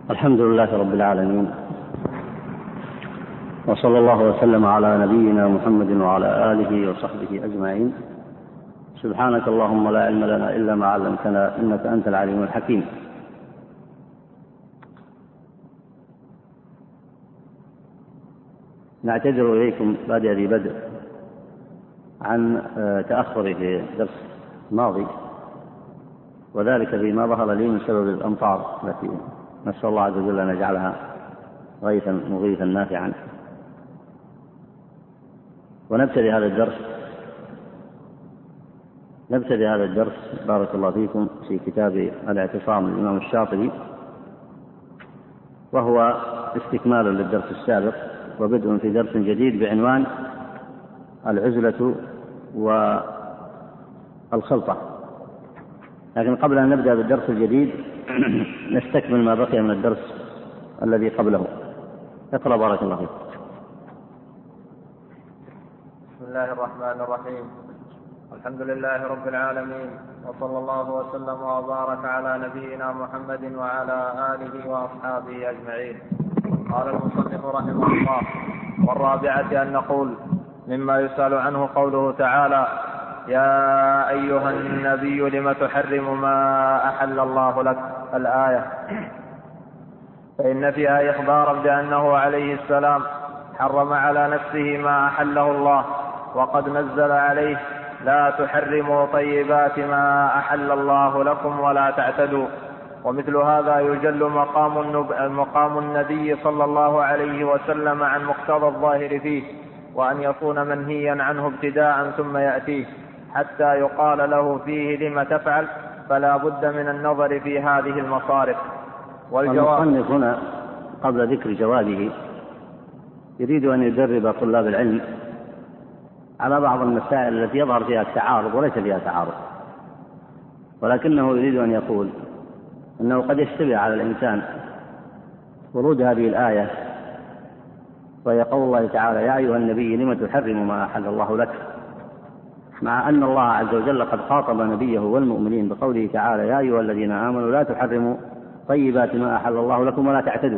الحمد لله رب العالمين، وصلى الله وسلم على نبينا محمد وعلى آله وصحبه أجمعين. سبحانك اللهم لا علم لنا إلا ما علمتنا إنك أنت العليم الحكيم. نعتذر إليكم بعد ذي بدء عن تأخري في الدرس الماضي، وذلك فيما ظهر لي من سبب الأمطار التي نسأل الله عز وجل أن يجعلها غيثا مغيثا نافعا. ونبتدي هذا الدرس بارك الله فيكم في كتاب الاعتصام للإمام الشاطبي، وهو استكمال للدرس السابق وبدء في درس جديد بعنوان العزلة والخلطة. لكن قبل أن نبدأ بالدرس الجديد نستكمل ما بقي من الدرس الذي قبله. اقرأ بارك الله فيك. بسم الله الرحمن الرحيم. الحمد لله رب العالمين، وصلى الله وسلم وبارك على نبينا محمد وعلى آله وأصحابه أجمعين. قال المصنف رحمه الله: والرابعة أن نقول مما يسأل عنه قوله تعالى: يا أيها النبي لم تحرم ما أحل الله لك، الآية، فإن فيها إخبارا بأنه عليه السلام حرم على نفسه ما أحله الله، وقد نزل عليه: لا تحرموا طيبات ما أحل الله لكم ولا تعتدوا. ومثل هذا يجل مقام النبي صلى الله عليه وسلم عن مقتضى الظاهر فيه، وأن يكون منهيا عنه ابتداء ثم يأتيه حتى يقال له فيه لم تفعل، فلا بد من النظر في هذه المصارف. والمصنف هنا قبل ذكر جوابه يريد أن يدرب طلاب العلم على بعض المسائل التي يظهر فيها التعارض وليس فيها تعارض، ولكنه يريد أن يقول أنه قد يشتبه على الإنسان ورود هذه الآية، وهي قول الله تعالى: يا أيها النبي لم تحرم ما أحل الله لك، مع أن الله عز وجل قد خاطب نبيه والمؤمنين بقوله تعالى: يا أيها الذين آمنوا لا تحرموا طيبات ما أحل الله لكم ولا تعتدوا.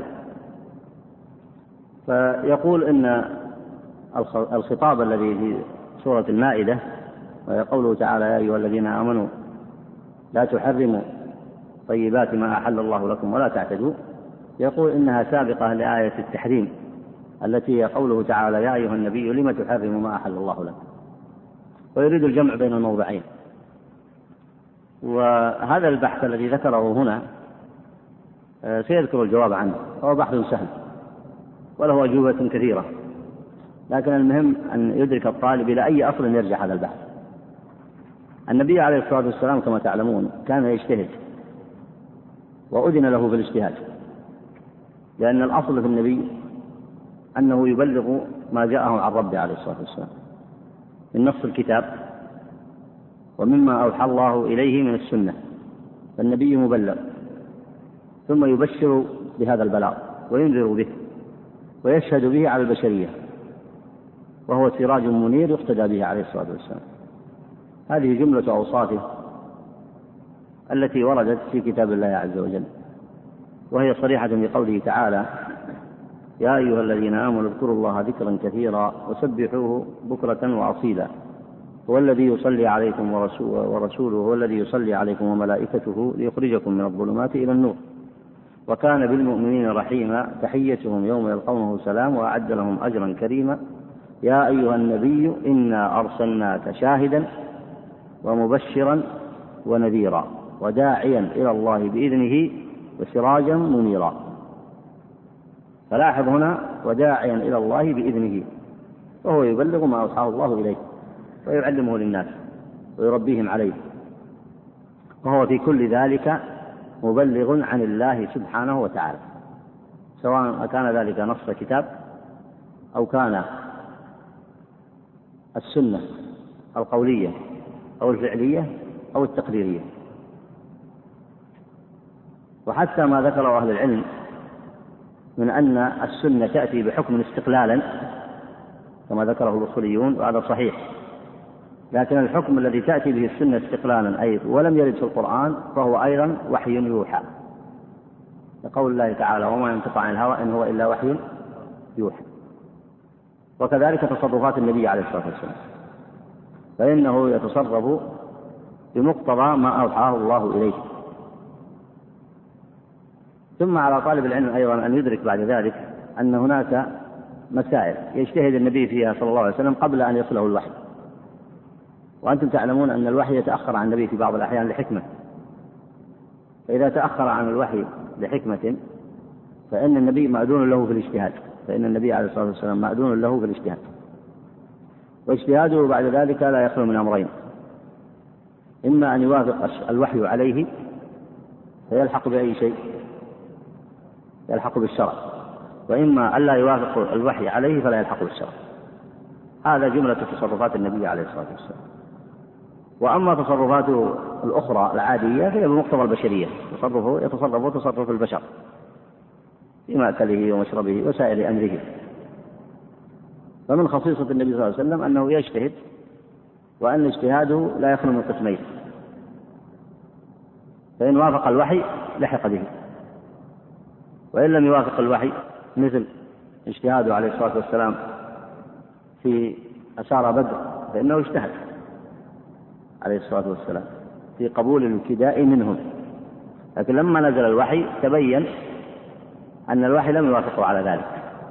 فيقول إن الخطاب الذي في سورة المائدة، وهي قوله تعالى: يا أيها الذين آمنوا لا تحرموا طيبات ما أحل الله لكم ولا تعتدوا، يقول إنها سابقة لآية التحريم التي هي قوله تعالى: يا أيها النبي لم تحرم ما أحل الله لك. ويريد الجمع بين الموضعين. وهذا البحث الذي ذكره هنا سيذكر الجواب عنه، هو بحث سهل وله أجوبة كثيرة، لكن المهم أن يدرك الطالب إلى أي أصل يرجع هذا البحث. النبي عليه الصلاة والسلام كما تعلمون كان يجتهد، وأذن له في الاجتهاد، لأن الأصل في النبي أنه يبلغ ما جاءه عن ربه عليه الصلاة والسلام من نص الكتاب ومما أوحى الله إليه من السنة. فالنبي مبلغ، ثم يبشر بهذا البلاغ وينذر به ويشهد به على البشرية، وهو سراج منير يقتدى به عليه الصلاة والسلام. هذه جملة أوصافه التي وردت في كتاب الله عز وجل، وهي صريحة بقوله تعالى: يا أيها الذين آمنوا اذكروا الله ذكرا كثيرا وسبحوه بكرة وأصيلا، هو الذي يصلي عليكم ورسوله هو الذي يصلي عليكم وملائكته ليخرجكم من الظلمات إلى النور، وكان بالمؤمنين رحيما، تحيتهم يوم يلقونه سلام، وأعد لهم أجرا كريما. يا أيها النبي إنا أرسلناك شاهدا ومبشرا ونذيرا وداعيا إلى الله بإذنه وسراجا منيرا. فلاحظ هنا: وداعيا إلى الله بإذنه، وهو يبلغ ما أوحاه الله إليه ويعلمه للناس ويربيهم عليه، وهو في كل ذلك مبلغ عن الله سبحانه وتعالى، سواء كان ذلك نص كتاب أو كان السنة القولية أو الفعلية أو التقريرية. وحتى ما ذكره أهل العلم من أن السنة تأتي بحكم استقلالا كما ذكره الأصوليون، وهذا صحيح، لكن الحكم الذي تأتي به السنة استقلالا أيضا ولم يرد في القرآن فهو أيضا وحي يوحى، لقول الله تعالى وما ينطق عن الهوى إن هو إلا وحي يوحى. وكذلك تصرفات النبي عليه الصلاة والسلام، فإنه يتصرف بمقتضى ما أوحاه الله إليه. ثم على طالب العلم أيضا أن يدرك بعد ذلك أن هناك مسائل يجتهد النبي فيها صلى الله عليه وسلم قبل أن يصله الوحي، وأنتم تعلمون أن الوحي يتأخر عن النبي في بعض الأحيان لحكمة، فإذا تأخر عن الوحي لحكمة فإن النبي مأذون له في الاجتهاد، فإن النبي عليه الصلاة والسلام مأذون له في الاجتهاد، واجتهاده بعد ذلك لا يخلو من أمرين: إما أن يوافق الوحي عليه فيلحق بأي شيء يلحق بالشرع، وإما ألا يوافق الوحي عليه فلا يلحق بالشرع. هذا جملة تصرفات النبي عليه الصلاة والسلام. وأما تصرفاته الأخرى العادية فهي بمقتضى البشرية، يتصرف تصرف البشر في مأكله ومشربه وسائر أمره. فمن خصيصة النبي صلى الله عليه وسلم أنه يجتهد، وأن اجتهاده لا يخلو من قسمين: فإن وافق الوحي لحق به، وإن لم يوافق الوحي مثل اجتهاده عليه الصلاة والسلام في أسارى بدر فإنه اجتهد عليه الصلاة والسلام في قبول الابتداء منهم، لكن لما نزل الوحي تبين أن الوحي لم يوافقه على ذلك،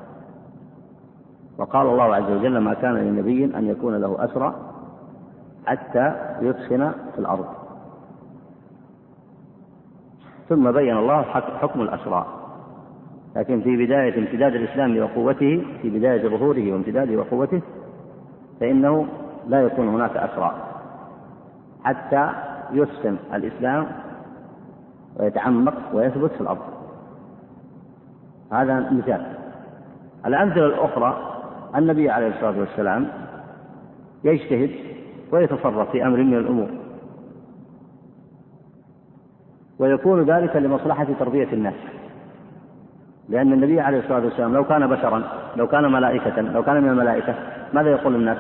وقال الله عز وجل: ما كان لنبي أن يكون له أسرى حتى يثخن في الأرض. ثم بين الله حكم الأسرى، لكن في بداية امتداد الإسلام وقوته، في بداية ظهوره وامتداده وقوته، فإنه لا يكون هناك أسرى حتى يسلم الإسلام ويتعمق ويثبت في الأرض. هذا مثال. الأمثلة الأخرى: النبي عليه الصلاة والسلام يجتهد ويتصرف في أمر من الأمور، ويكون ذلك لمصلحة تربية الناس، لأن النبي عليه الصلاة والسلام لو كان بشرا، لو كان ملائكة، لو كان من الملائكة، ماذا يقول الناس؟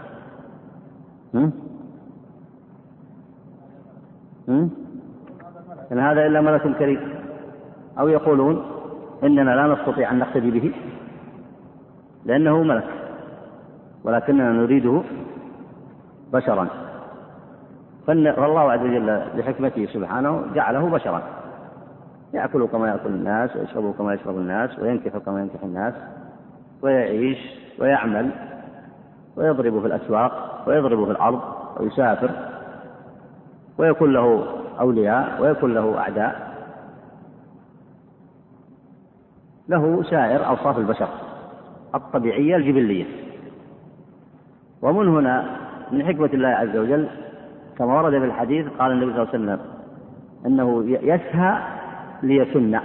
إن هذا إلا ملك كريم، أو يقولون إننا لا نستطيع أن نقتدي به لأنه ملك، ولكننا نريده بشرا. فالله عز وجل لحكمته سبحانه جعله بشرا، يأكل كما يأكل الناس، ويشرب كما يشرب الناس، وينكح كما ينكح الناس، ويعيش ويعمل ويضرب في الأسواق ويضرب في الأرض ويسافر، ويكون له أولياء ويكون له أعداء، له سائر أوصاف البشر الطبيعية الجبلية. ومن هنا من حكمة الله عز وجل كما ورد في الحديث قال النبي صلى الله عليه وسلم أنه يسهى ليسن.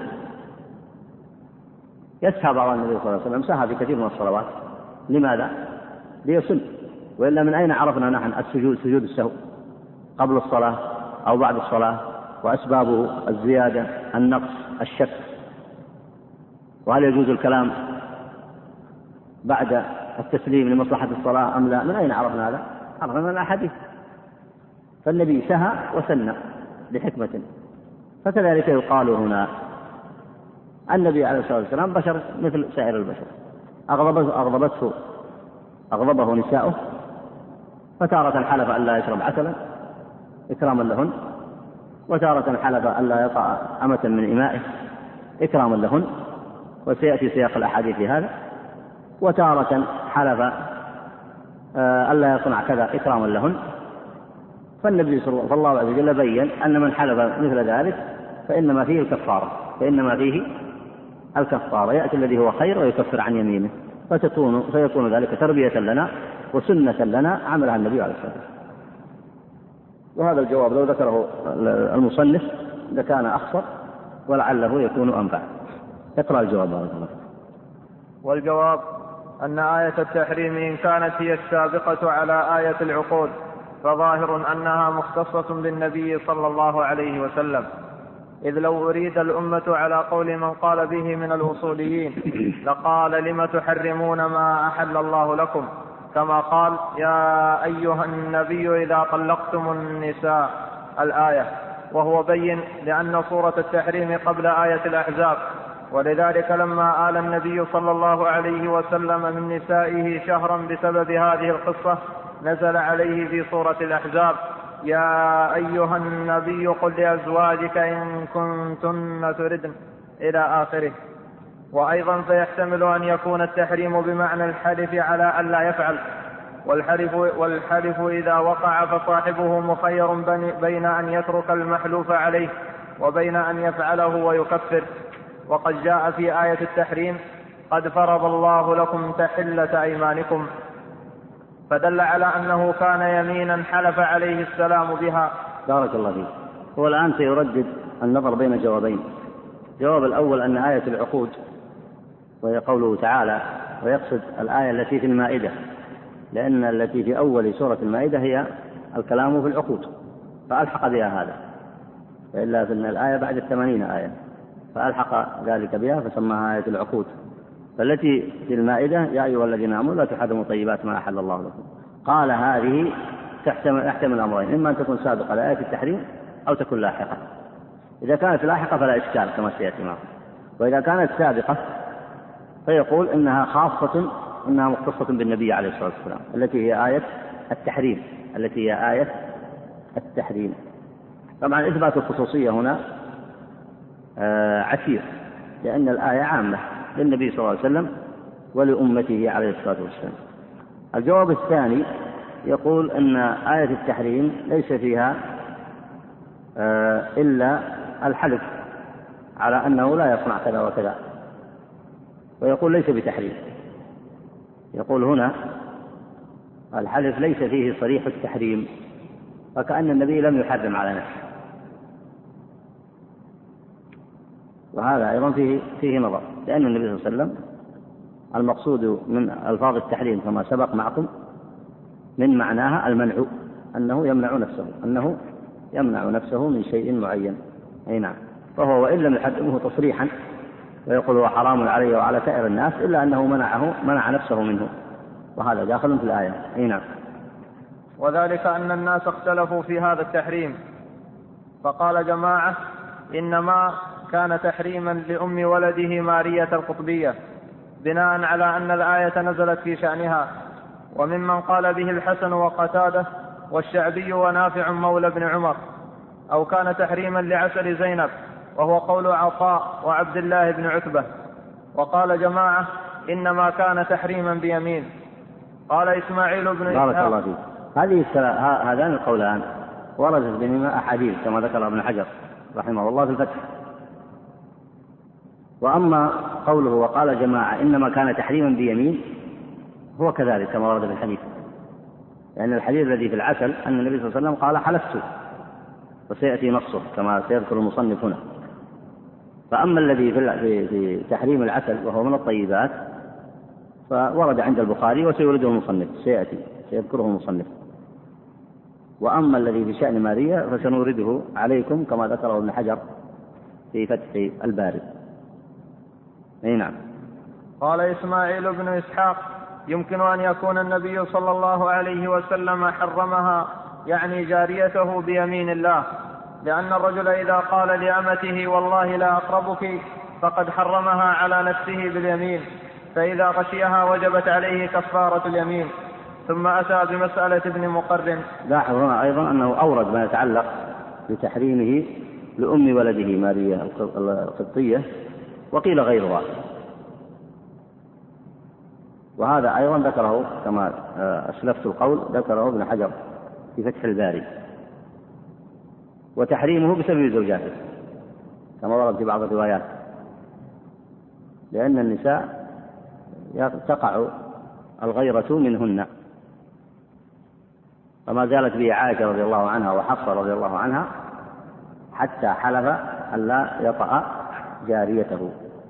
يسهى بعض النبي صلى الله عليه وسلم سهى في كثير من الصلوات. لماذا؟ ليسن. وإلا من أين عرفنا نحن السجود، سجود السهو قبل الصلاة أو بعد الصلاة، وأسبابه الزيادة، النقص، الشك، وهل يجوز الكلام بعد التسليم لمصلحة الصلاة أم لا؟ من أين عرفنا هذا؟ عرفنا من الأحاديث. فالنبي سهى وسن بحكمة. فكذلك يقال هنا النبي عليه الصلاة والسلام بشر مثل سائر البشر، أغضبه نساؤه، فتارة حلف أن لا يشرب عسلا إكراما لهن، وتارة حلف أن لا يطأ أمة من إمائه إكراما لهن، وسيأتي سياق الأحاديث هذا. وتارة حلف أن لا يصنع كذا إكراما لهن. فالنبي صلى الله عليه وسلم بين أن من حلف مثل ذلك فإنما فيه الكفارة، يأتي الذي هو خير ويكفر عن يمينه، فيكون ذلك تربية لنا وسنة لنا عملها النبي عليه الصلاة والسلام. وهذا الجواب لو ذكره المصنف لكان أخصر ولعله يكون أنفع. اقرأ الجواب بارك الله. والجواب أن آية التحريم إن كانت هي السابقة على آية العقود فظاهر أنها مختصة بالنبي صلى الله عليه وسلم، إذ لو أريد الأمة على قول من قال به من الأصوليين لقال لم تحرمون ما أحل الله لكم، كما قال يا أيها النبي إذا طلقتم النساء الآية، وهو بين لأن سورة التحريم قبل آية الأحزاب، ولذلك لما آل النبي صلى الله عليه وسلم من نسائه شهرا بسبب هذه القصة نزل عليه في سورة الأحزاب: يا أيها النبي قل لأزواجك إن كنتن تردن إلى آخره. وأيضا فيحتمل أن يكون التحريم بمعنى الحلف على ألا يفعل، والحلف إذا وقع فصاحبه مخير بين أن يترك المحلوف عليه وبين أن يفعله ويكفر. وقد جاء في آية التحريم: قد فرض الله لكم تحلة أيمانكم، فدل على أنه كان يمينا حلف عليه السلام بها. بارك الله فيك. هو الآن سيردد النظر بين جوابين. الجواب الأول أن آية العقود وهي قوله تعالى، ويقصد الآية التي في المائدة، لأن التي في أول سورة المائدة هي الكلام في العقود فألحق بها هذا، فإلا فإن الآية بعد 80 آية فألحق ذلك بها فسماها آية العقود. فالتي في المائدة: يا أيها الذين آمنوا لا تحرموا طيبات ما أحل الله لكم. قال هذه تحتمل أمرين: إما أن تكون سابقة لآية التحريم أو تكون لاحقة. إذا كانت لاحقة فلا إشكال كما سيأتي معكم، وإذا كانت سابقة فيقول إنها خاصة، إنها مختصة بالنبي عليه الصلاة والسلام، التي هي آية التحريم. طبعا إثبات الخصوصية هنا عسير، لأن الآية عامة للنبي صلى الله عليه وسلم ولأمته عليه الصلاة والسلام. الجواب الثاني يقول أن آية التحريم ليس فيها إلا الحلف على أنه لا يصنع كذا وكذا، ويقول ليس بتحريم. يقول هنا الحلف ليس فيه صريح التحريم، وكأن النبي لم يحرم على نفسه، وهذا أيضا فيه نظر، لأن النبي صلى الله عليه وسلم المقصود من ألفاظ التحريم كما سبق معكم من معناها المنع، أنه يمنع نفسه من شيء معين. أي نعم. فهو وإن لم يحرمه تصريحا ويقول هو حرام عليه وعلى سائر الناس، إلا أنه منع نفسه منه، وهذا داخل في الآية. أي نعم. وذلك أن الناس اختلفوا في هذا التحريم، فقال جماعة: إنما كان تحريما لأم ولده مارية القطبية، بناء على أن الآية نزلت في شأنها. وممن قال به الحسن وقتادة والشعبي ونافع مولى بن عمر. أو كان تحريما لعسل زينب، وهو قول عطاء وعبد الله بن عتبة. وقال جماعة: إنما كان تحريما بيمين. قال إسماعيل بن بارك الله فيك. هذان القولان وردت بهما أحاديث كما ذكر ابن حجر رحمه الله في الفتح. وأما قوله وقال جماعة إنما كان تحريما بيمين، هو كذلك كما ورد في الحديث، لأن الحديث الذي في العسل أن النبي صلى الله عليه وسلم قال حلفت، وسيأتي نصه كما سيذكر المصنف هنا. فأما الذي في تحريم العسل وهو من الطيبات فورد عند البخاري وسيورده المصنف، سيذكره المصنف. وأما الذي في شأن ماريا فسنورده عليكم كما ذكره ابن حجر في فتح الباري. أي نعم. قال إسماعيل بن إسحاق: يمكن أن يكون النبي صلى الله عليه وسلم حرمها، يعني جاريته، بيمين الله، لأن الرجل إذا قال لأمته والله لا أقربك فقد حرمها على نفسه باليمين، فإذا غشيها وجبت عليه كفارة اليمين. ثم أتى بمسألة ابن مقرن. لاحظ هنا أيضا أنه أورد ما يتعلق بتحريمه لأم ولده ماريا القبطية، وقيل غيرها، وهذا أيضا ذكره كما أسلفت القول، ذكره ابن حجر في فتح الباري. وتحريمه بسبب زوجاته كما ورد في بعض الروايات، لأن النساء تقع الغيرة منهن، فما زالت به عائشة رضي الله عنها وحفصة رضي الله عنها حتى حلف أن لا يطأ جاريته،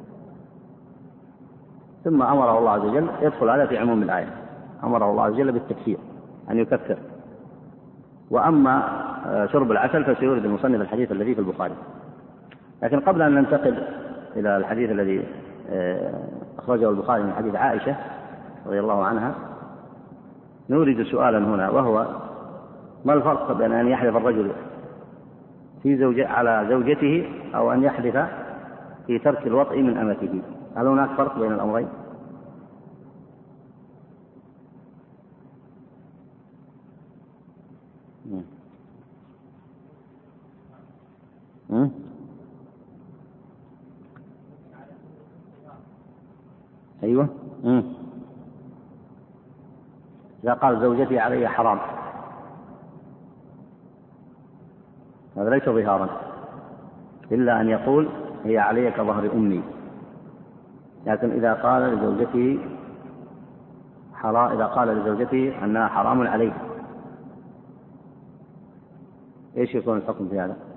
ثم أمره الله عز وجل، يدخل هذا في عموم الآية، أمره الله عز وجل بالتكفير أن يكفر. وأما شرب العسل فسيورد المصنف الحديث الذي في البخاري. لكن قبل أن ننتقل إلى الحديث الذي أخرجه البخاري من حديث عائشة رضي الله عنها، نورد سؤالا هنا، وهو: ما الفرق بين أن يحلف الرجل على زوجته أو أن يحلف في ترك الوطء من أمته. هل هناك فرق بين الأمرين؟ أيوة. إذا قال زوجتي علي حرام هذا ليس ظهارا، إلا أن يقول هي علي كظهر أمي. لكن إذا قال لزوجته أنها حرام عليه، إيش يكون الحكم في هذا؟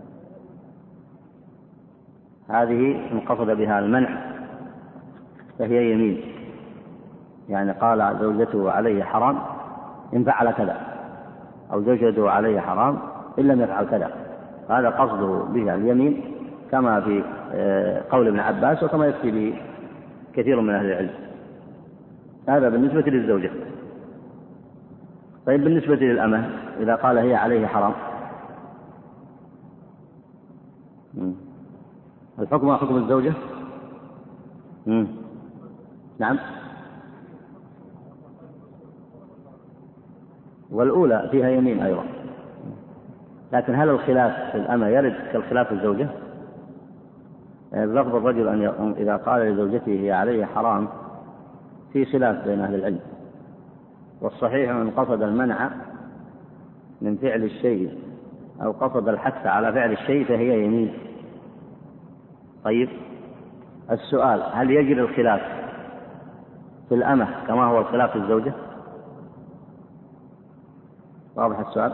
هذه إن قصد بها المنع فهي يمين، يعني قال زوجته عليه حرام إن فعل كذا، أو زوجته عليه حرام إن لم يفعل كذا. هذا قصده بها اليمين كما في قول ابن عباس، وكما يفتي به كثير من أهل العلم. هذا بالنسبة للزوجة. طيب بالنسبة للأمة إذا قال هي عليه حرام، الحكم حكم الزوجة؟ نعم. والأولى فيها يمين أيضا، لكن هل الخلاف في الأمة يرد كالخلاف في الزوجة؟ لفظ الرجل أن إذا قال لزوجته هي عليه حرام في خلاف بين أهل العلم، والصحيح من قصد المنع من فعل الشيء أو قصد الحث على فعل الشيء فهي يمين. طيب السؤال: هل يجري الخلاف في الأمة كما هو الخلاف في الزوجة؟ واضح السؤال؟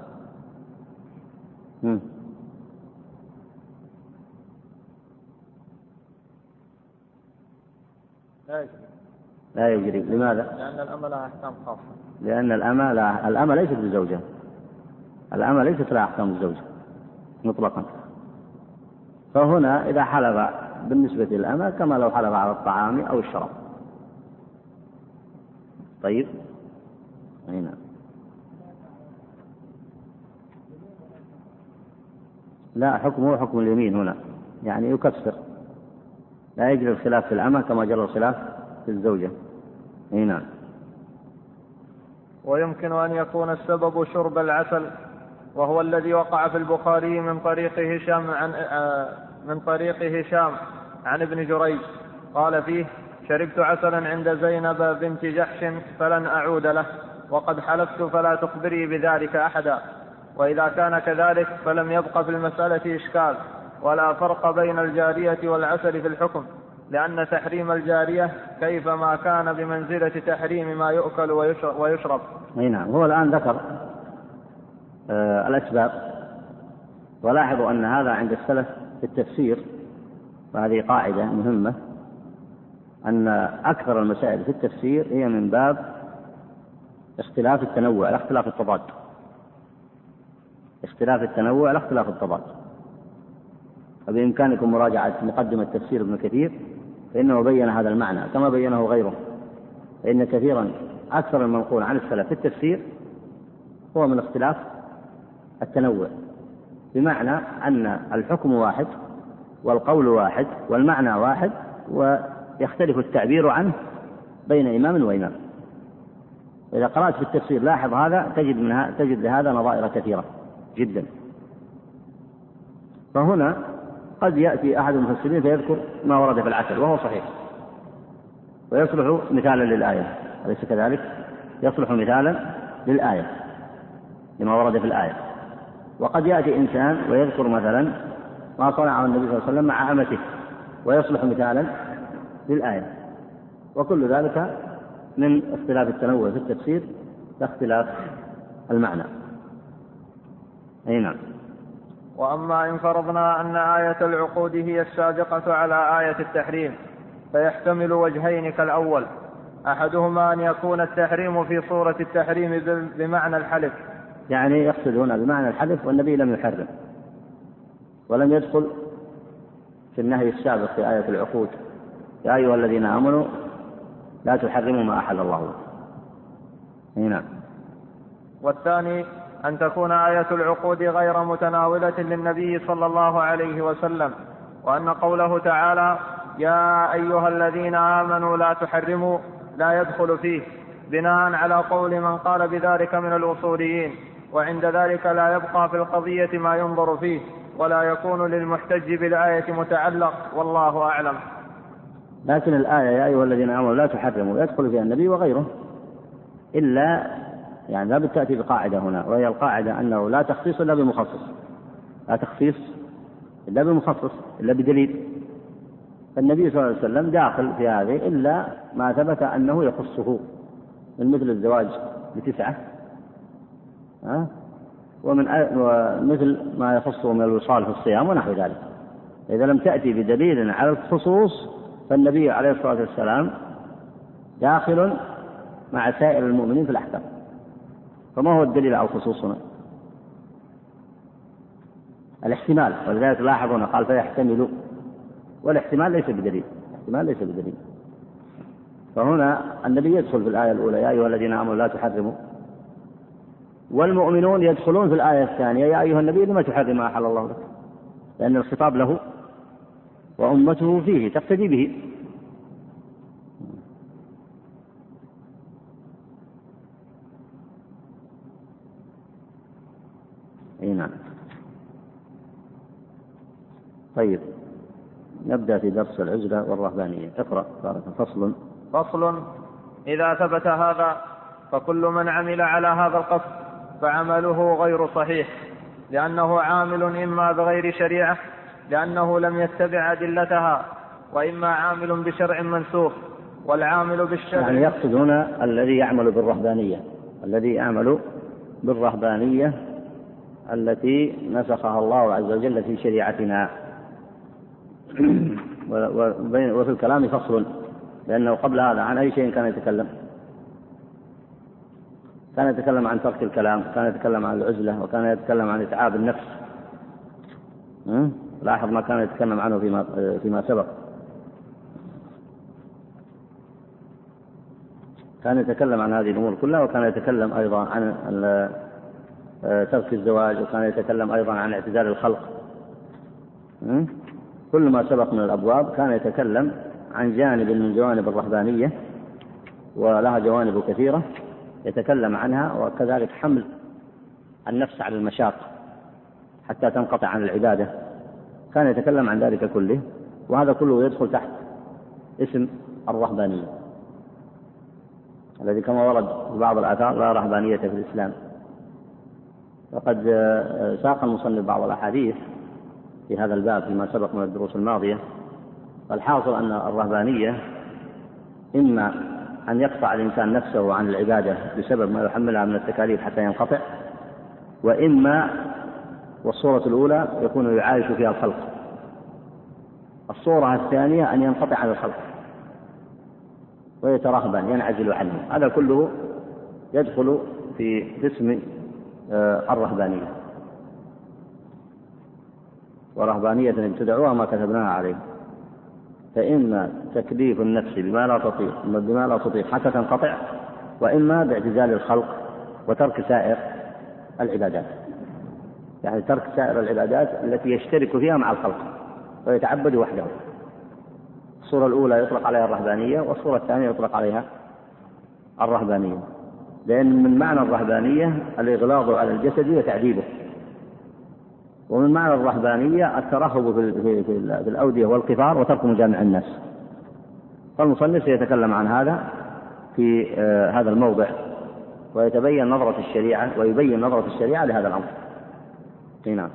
لا يجري. لماذا؟ لأن الأمة لها أحكام خاصة. لأن الأمة ليست بالزوجة، الأمة ليست لها أحكام الزوجة مطلقا. فهنا إذا حلف بالنسبة للأمة كما لو حلف على الطعام أو الشراب. طيب هنا لا، حكمه حكم اليمين هنا، يعني يكفر. لا يجري الخلاف في الأمة كما جرى الخلاف في الزوجة. هنا ويمكن أن يكون السبب شرب العسل، وهو الذي وقع في البخاري من طريق هشام عن ابن جريج قال فيه: شربت عسلا عند زينب بنت جحش فلن أعود له، وقد حلفت فلا تخبري بذلك أحدا. وإذا كان كذلك فلم يبق في المسألة إشكال، ولا فرق بين الجارية والعسل في الحكم، لأن تحريم الجارية كيفما كان بمنزلة تحريم ما يؤكل ويشرب. نعم. هو الآن ذكر الأسباب، ولاحظوا أن هذا عند السلف في التفسير، وهذه قاعدة مهمة، أن أكثر المسائل في التفسير هي من باب اختلاف التنوع لا اختلاف التضاد. اختلاف التنوع لا اختلاف التضاد. فبإمكانكم مراجعة مقدمة تفسير ابن كثير، فإنه بين هذا المعنى كما بينه غيره. فإن كثيرا أكثر المنقول عن السلف في التفسير هو من اختلاف التنوع، بمعنى أن الحكم واحد والقول واحد والمعنى واحد، ويختلف التعبير عنه بين إمام وإمام. إذا قرأت في التفسير لاحظ هذا، تجد لهذا نظائر كثيرة جدا. فهنا قد يأتي أحد المفسرين فيذكر ما ورد في العسل وهو صحيح ويصلح مثالا للآية، أليس كذلك؟ يصلح مثالا للآية لما ورد في الآية. وقد يأتي إنسان ويذكر مثلا ما صنعه النبي صلى الله عليه وسلم مع أمته ويصلح مثالا للآية. وكل ذلك من اختلاف التنوع في التفسير لاختلاف المعنى. أي نعم. وأما إن فرضنا أن آية العقود هي السابقة على آية التحريم، فيحتمل وجهين كالأول: أحدهما أن يكون التحريم في صورة التحريم بمعنى الحلف، يعني يقصد هنا بمعنى الحلف، والنبي لم يحرم ولم يدخل في النهي السابق في آية العقود: يا أيها الذين آمنوا لا تحرموا ما أحل الله. هنا. والثاني أن تكون آية العقود غير متناولة للنبي صلى الله عليه وسلم، وأن قوله تعالى يا أيها الذين آمنوا لا تحرموا لا يدخل فيه، بناء على قول من قال بذلك من الأصوليين، وعند ذلك لا يبقى في القضية ما ينظر فيه، ولا يكون للمحتج بالآية متعلق، والله أعلم. لكن الآية يا أيها الذين آمنوا لا تحرموا يدخل فيها النبي وغيره، إلا يعني لا بتأتي بقاعدة هنا، وهي القاعدة أنه لا تخصيص إلا بمخصص، لا تخصيص إلا بمخصص إلا بدليل. فالنبي صلى الله عليه وسلم داخل في هذه إلا ما ثبت أنه يخصه، من مثل الزواج ب9 ومثل ما يخصه من الوصال في الصيام ونحو ذلك. إذا لم تأتي بدليل على الخصوص فالنبي عليه الصلاة والسلام داخل مع سائر المؤمنين في الأحكام. فما هو الدليل على الخصوص هنا؟ الاحتمال، ولذلك لاحظون قال فيحتمل، والاحتمال ليس بدليل، الاحتمال ليس بدليل. فهنا النبي يدخل في الآية الأولى يا أيها الذين آمنوا لا تحرموا، والمؤمنون يدخلون في الآية الثانية يا أيها النبي لما تحرم ما أحل الله لك، لأن الخطاب له وأمته فيه تقتدي به. أي نعم. طيب نبدأ في درس العزلة والرهبانية. اقرأ. فصل. إذا ثبت هذا فكل من عمل على هذا القصد فعمله غير صحيح، لأنه عامل إما بغير شريعة لأنه لم يتبع أدلتها، وإما عامل بشرع منسوخ. والعامل بالشرع يعني يقصد هنا الذي يعمل بالرهبانية، الذي يعمل بالرهبانية التي نسخها الله عز وجل في شريعتنا. وفي الكلام فصل، لأنه قبل هذا عن أي شيء كان يتكلم؟ كان يتكلم عن ترك الكلام، كان يتكلم عن العزلة، وكان يتكلم عن إتعاب النفس. لاحظ ما كان يتكلم عنه فيما سبق. كان يتكلم عن هذه الأمور كلها، وكان يتكلم أيضا عن ترك الزواج، وكان يتكلم أيضا عن اعتزال الخلق. كل ما سبق من الأبواب كان يتكلم عن جانب من جوانب الرهبانية، ولها جوانب كثيرة يتكلم عنها، وكذلك حمل النفس على المشاق حتى تنقطع عن العبادة، كان يتكلم عن ذلك كله. وهذا كله يدخل تحت اسم الرهبانية، الذي كما ورد في بعض الآثار لا رهبانية في الإسلام. وقد ساق المصنف بعض الأحاديث في هذا الباب فيما سبق من الدروس الماضية. والحاصل أن الرهبانية إما أن يقطع الإنسان نفسه عن العبادة بسبب ما يحملها من التكاليف حتى ينقطع، وإما والصورة الأولى يكون يعايش فيها الخلق، الصورة الثانية أن ينقطع عن الخلق ويترهبن ينعزل عنه. هذا كله يدخل في اسم الرهبانية. ورهبانية ابتدعوها ما كتبناها عليه، فإما تكليف النفس بما لا تطيق حتى تنقطع، وإما باعتزال الخلق وترك سائر العبادات، يعني ترك سائر العبادات التي يشترك فيها مع الخلق ويتعبد وحده. الصورة الأولى يطلق عليها الرهبانية، والصورة الثانية يطلق عليها الرهبانية، لأن من معنى الرهبانية الإغلاظ على الجسد وتعذيبه، ومن معنى الرهبانية الترهب في الأودية والقفار وترك مجامع الناس. فالمصنف سيتكلم عن هذا في هذا الموضع، ويتبين نظرة الشريعة ويبين نظرة الشريعة لهذا الأمر. نعم.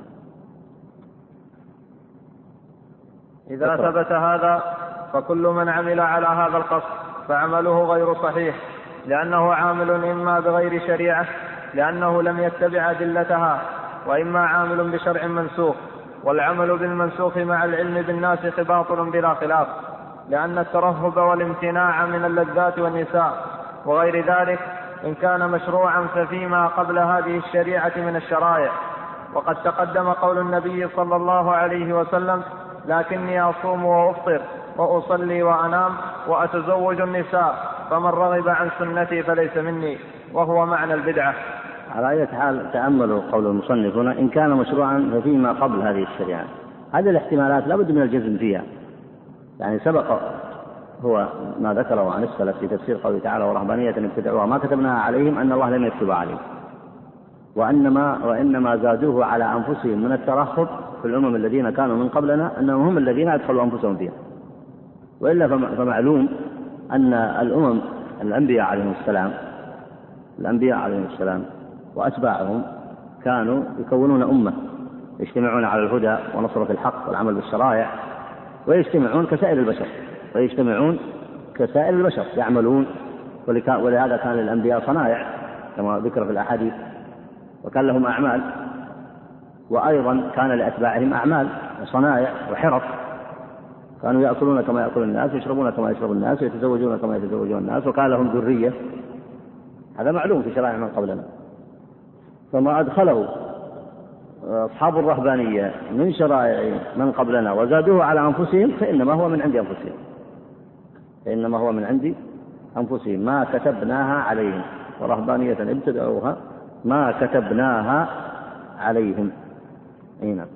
إذا ثبت هذا فكل من عمل على هذا القصد فعمله غير صحيح، لأنه عامل إما بغير شريعة لأنه لم يتبع أدلتها، وإما عامل بشرع منسوخ. والعمل بالمنسوخ مع العلم بالناسخ باطل بلا خلاف، لأن الترهب والامتناع من اللذات والنساء وغير ذلك إن كان مشروعا ففيما قبل هذه الشريعة من الشرائع. وقد تقدم قول النبي صلى الله عليه وسلم: لكني أصوم وأفطر وأصلي وأنام وأتزوج النساء، فمن رغب عن سنتي فليس مني، وهو معنى البدعة. على أي حال تأملوا قول المصنف هنا إن كان مشروعا ففيما قبل هذه الشريعة. هذه الاحتمالات لا بد من الجزم فيها، يعني سبق هو ما ذكره عن السلف في تفسير قوله تعالى ورهبانية ابتدعوها ما كتبناها عليهم أن الله لم يكتب عليهم، وإنما زادوه على أنفسهم من الترخص في الأمم الذين كانوا من قبلنا أنهم هم الذين أدخلوا أنفسهم فيها. وإلا فمعلوم أن الأنبياء عليهم السلام وأتباعهم كانوا يكونون أمة يجتمعون على الهدى ونصرة الحق والعمل بالشرائع، ويجتمعون كسائر البشر يعملون، ولهذا كان للأنبياء صنائع كما ذكر في الأحاديث، وكان لهم أعمال، وأيضا كان لأتباعهم أعمال وصنائع وحرف، كانوا يأكلون كما يأكل الناس ويشربون كما يشرب الناس ويتزوجون كما يتزوجون الناس، وكان لهم ذرية. هذا معلوم في شرائع من قبلنا. فما أدخله أصحاب الرهبانية من شرائع من قبلنا وزادوه على أنفسهم فإنما هو من عند أنفسهم ما كتبناها عليهم، ورهبانية ابتدعوها ما كتبناها عليهم. هنا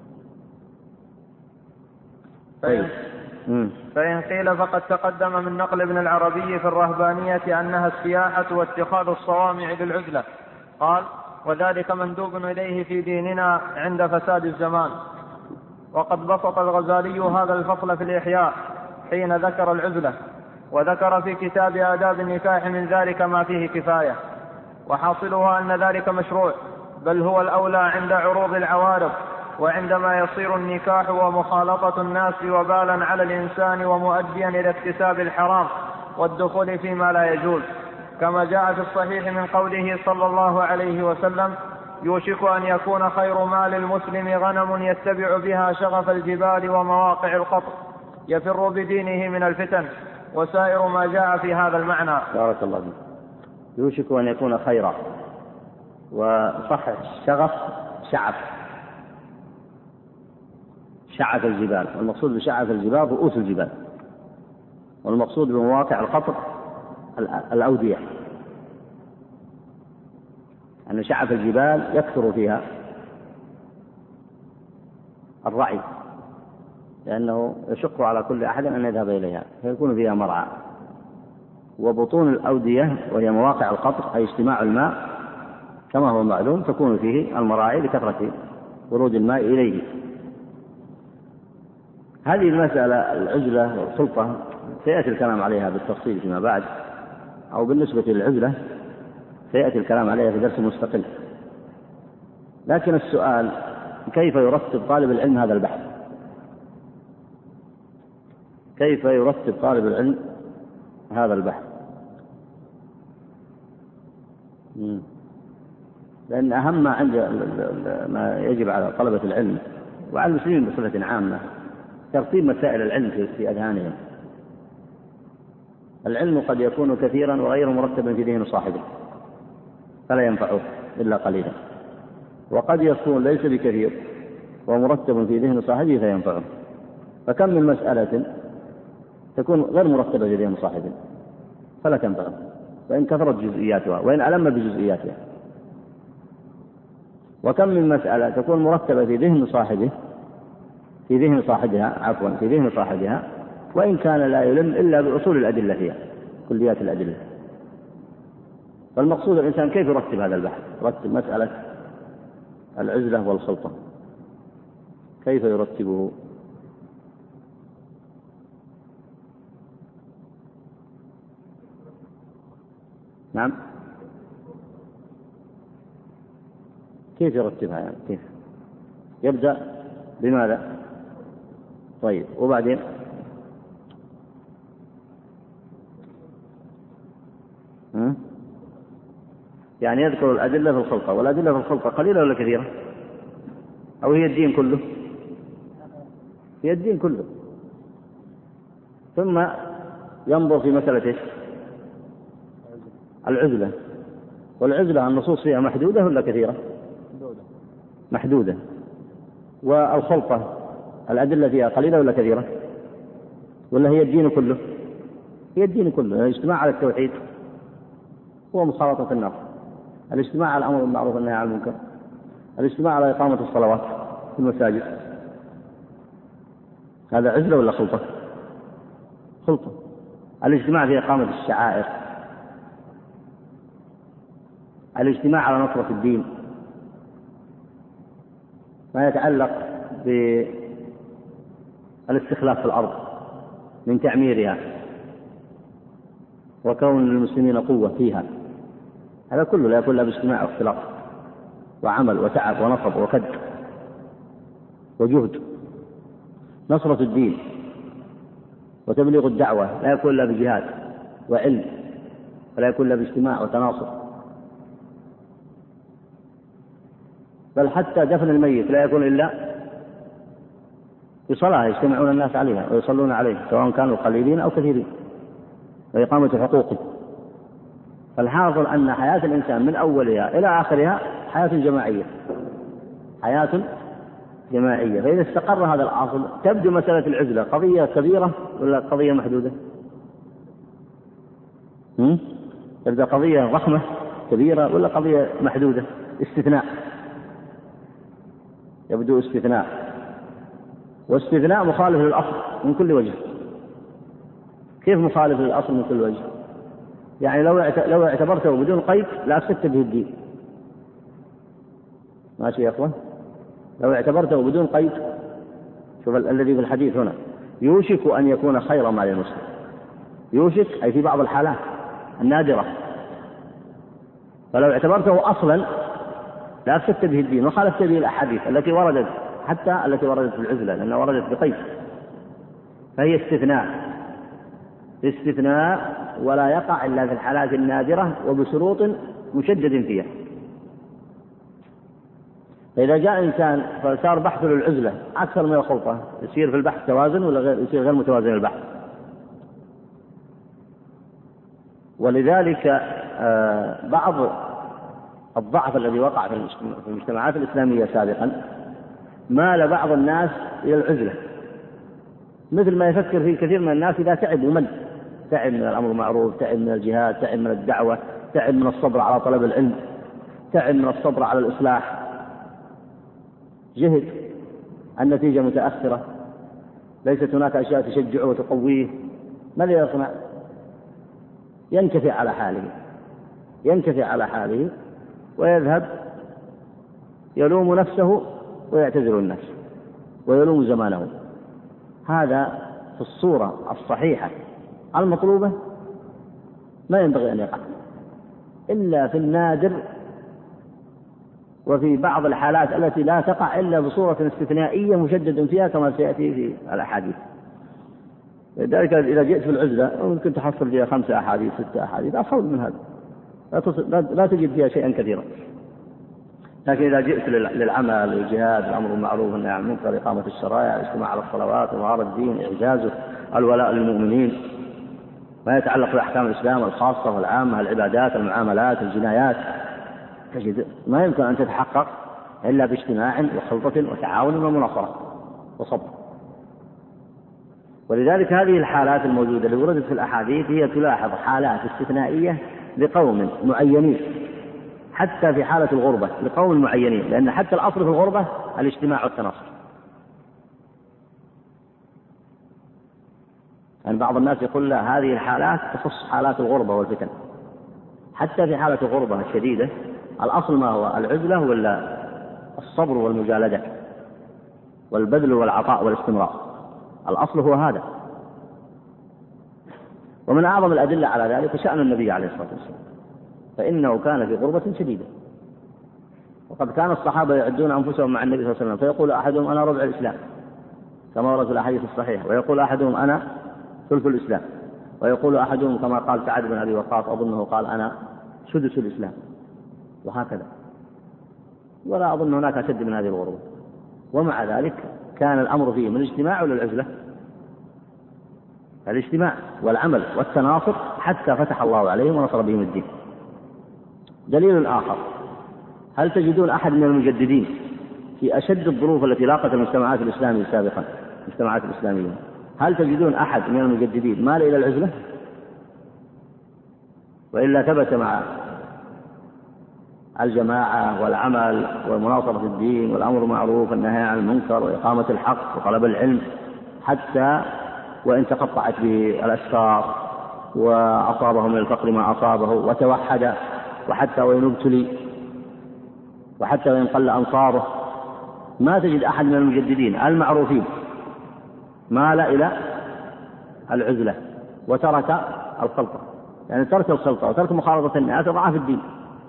فإن قيل فقد تقدم من نقل ابن العربي في الرهبانية أنها السياحة واتخاذ الصوامع للعزلة. قال وذلك مندوب إليه في ديننا عند فساد الزمان. وقد بسط الغزالي هذا الفصل في الإحياء حين ذكر العزلة، وذكر في كتاب آداب النكاح من ذلك ما فيه كفاية، وحاصلها أن ذلك مشروع، بل هو الأولى عند عروض العوارض، وعندما يصير النكاح ومخالطة الناس وبالا على الإنسان ومؤديا إلى اكتساب الحرام والدخول فيما لا يجوز، كما جاء في الصحيح من قوله صلى الله عليه وسلم يوشك أن يكون خير مال المسلم غنم يتبع بها شغف الجبال ومواقع القطر يفر بدينه من الفتن، وسائر ما جاء في هذا المعنى. بارك الله فيك. يوشك أن يكون خيرا، وصح الشغف شعف الجبال، والمقصود بشعف الجبال رؤوس الجبال، والمقصود بمواقع القطر الأودية، أن شعف الجبال يكثر فيها الرعي، لأنه يشق على كل أحد أن يذهب إليها فيكون فيها مرعى. وبطون الأودية وهي مواقع القطر أي اجتماع الماء كما هو معلوم تكون فيه المراعي لكثرة ورود الماء إليه. هذه المسألة العزلة والخلطة سيأتي الكلام عليها بالتفصيل فيما بعد، أو بالنسبة للعزلة سيأتي الكلام عليها في درس مستقل. لكن السؤال كيف يرتب طالب العلم هذا البحث؟ كيف يرتب طالب العلم هذا البحث؟ لأن أهم ما يجب على طلبة العلم وعلى المسلمين بصفة عامة ترتيب مسائل العلم في أذهانهم. العلم قد يكون كثيرا وغير مرتبا في ذهن صاحبه فلا ينفعه إلا قليلا، وقد يكون ليس بكثير ومرتب في ذهن صاحبه فينفعه. فكم من مسألة تكون غير مرتبة في ذهن صاحبه فلا تنفعه وإن كثرت جزئياتها وإن ألم بجزئياتها، وكم من مسألة تكون مرتبة في ذهن صاحبها وإن كان لا يلم إلا بأصول الأدلة فيها كليات الأدلة. فالمقصود الإنسان كيف يرتب هذا البحث؟ يرتب مسألة العزلة والخلطة كيف يرتبه؟ نعم، كيف يرتبها يعني؟ كيف يبدأ بماذا؟ طيب وبعدين يعني يذكر الأدلة في الخلطة، والأدلة في الخلطة قليلة ولا كثيرة؟ أو هي الدين كله؟ هي الدين كله. ثم ينظر في مسألة إيش؟ العزلة. والعزلة النصوص فيها محدودة ولا كثيرة؟ محدودة. والخلطة الأدلة فيها قليلة ولا كثيرة؟ ولا هي الدين كله؟ هي الدين كله، الاجتماع على التوحيد هو مخالطة الناس. الاجتماع على الأمر بالمعروف والنهي عن المنكر، الاجتماع على إقامة الصلوات في المساجد، هذا عزلة ولا خلطة؟ خلطة. الاجتماع في إقامة الشعائر، الاجتماع على نصرة الدين، ما يتعلق بالاستخلاف في الأرض من تعميرها وكون المسلمين قوة فيها، هذا كله لا يكون إلا باجتماع واختلاط وعمل وتعب ونصب وكد وجهد. نصرة الدين وتبليغ الدعوة لا يكون إلا بجهاد وعلم، ولا يكون إلا باجتماع وتناصر. بل حتى دفن الميت لا يكون إلا بصلاة يجتمعون الناس عليها ويصلون عليه سواء كانوا قليلين أو كثيرين، وإقامة حقوقه. فالحاصل أن حياة الإنسان من أولها إلى آخرها حياة جماعية، حياة جماعية. فإذا استقر هذا الأصل تبدو مسألة العزلة قضية كبيرة ولا قضية محدودة؟ تبدأ قضية ضخمة كبيرة ولا قضية محدودة؟ استثناء، يبدو استثناء، واستثناء مخالف للأصل من كل وجه. كيف مخالف للأصل من كل وجه؟ يعني لو اعتبرته بدون قيد لا أفسدت به الدين. ماشي يا أخوان؟ لو اعتبرته بدون قيد، شوف الذي في الحديث هنا، يوشك أن يكون خير ما للمسلم. يوشك أي في بعض الحالات النادرة. فلو اعتبرته أصلا لا أفسدت به الدين وخالفت به الأحاديث التي وردت، حتى التي وردت في العزلة لأنها وردت بقيد. فهي استثناء ولا يقع إلا في الحالات النادرة وبشروط مشدد فيها. فإذا جاء إنسان فصار بحث للعزلة أكثر من الخلطة، يصير في البحث توازن ولا يصير غير متوازن البحث. ولذلك بعض الضعف الذي وقع في المجتمعات الإسلامية سابقا مال بعض الناس إلى العزلة، مثل ما يفكر فيه كثير من الناس إذا تعب ومل، تعب من الأمر بالمعروف، تعب من الجهاد، تعب من الدعوة، تعب من الصبر على طلب العلم، تعب من الصبر على الإصلاح، جهد، النتيجة متأخرة، ليست هناك أشياء تشجعه وتقويه، ماذا يصنع؟ ينكفي على حاله ويذهب يلوم نفسه ويعتذر الناس ويلوم زمانه. هذا في الصورة الصحيحة المطلوبة ما ينبغي أن يقع إلا في النادر وفي بعض الحالات التي لا تقع إلا بصورة استثنائية مشدد فيها كما سيأتي في الأحاديث. لذلك إذا جئت في العزلة ممكن تحصل فيها 5 أحاديث 6 أحاديث أقل من هذا، لا تجد فيها شيئا كثيرا. لكن إذا جئت للعمل، الجهاد، الأمر بالمعروف والنهي عن المنكر، إقامة الشرائع، الاجتماع على الصلوات، إظهار الدين، إعزازه، الولاء للمؤمنين، ما يتعلق بأحكام الإسلام الخاصة والعامة، العبادات، المعاملات، الجنايات، تجد ما يمكن أن تتحقق إلا باجتماع وخلطة وتعاون ومناصرة وصبر. ولذلك هذه الحالات الموجودة اللي وردت في الأحاديث هي تلاحظ حالات استثنائية لقوم معينين، حتى في حالة الغربة لقوم معينين، لأن حتى الأصل في الغربة الاجتماع والتناصر. يعني بعض الناس يقول لا هذه الحالات تخص حالات الغربة والفتن. حتى في حالة الغربة الشديدة الأصل ما هو؟ العزلة ولا الصبر والمجالدة والبذل والعطاء والاستمرار؟ الأصل هو هذا. ومن أعظم الأدلة على ذلك شأن النبي عليه الصلاة والسلام، فإنه كان في غربة شديدة، وقد كان الصحابة يعدون أنفسهم مع النبي صلى الله عليه وسلم، فيقول أحدهم أنا ربع الإسلام كما ورد في الأحاديث الصحيحة، ويقول أحدهم أنا ثلث الإسلام، ويقول أحدهم كما قال سعد بن أبي وقاص أظنه قال أنا سدس الإسلام، وهكذا. ولا أظن هناك أشد من هذه الغربة. ومع ذلك كان الأمر فيه من الاجتماع ولا العزلة؟ الاجتماع والعمل والتناصر حتى فتح الله عليهم ونصر بهم الدين. دليل آخر، هل تجدون أحد من المجددين في أشد الظروف التي لاقت المجتمعات الإسلامية سابقا، المجتمعات الإسلامية، هل تجدون أحد من المجددين مال إلى العزلة؟؟ وإلا ثبت مع النبي صلى الله عليه وسلم أنه كان في غربة شديدة، وقد كان الصحابة يعدون أنفسهم مع النبي صلى الله عليه وسلم، فيقول أحدهم أنا ربع الإسلام كما ورد في الأحاديث الصحيحة، ويقول أحدهم أنا ثلث الإسلام، ويقول أحدهم كما قال سعد بن أبي وقاص أظنه قال أنا سدس الإسلام، وهكذا. ولا أظن هناك أشد من هذه الغربة. الجماعة والعمل ومناصرة الدين والأمر بالمعروف والنهي عن المنكر وإقامة الحق وطلب العلم، حتى وإن تقطعت به الأسفار وأصابه من الفقر ما أصابه وتوحد، وحتى وإن ابتلي، وحتى وإن قل أنصاره، ما تجد أحد من المجددين المعروفين مال إلى العزلة وترك الخلطة. يعني ترك الخلطة وترك مخالطة الناس إضعاف الدين،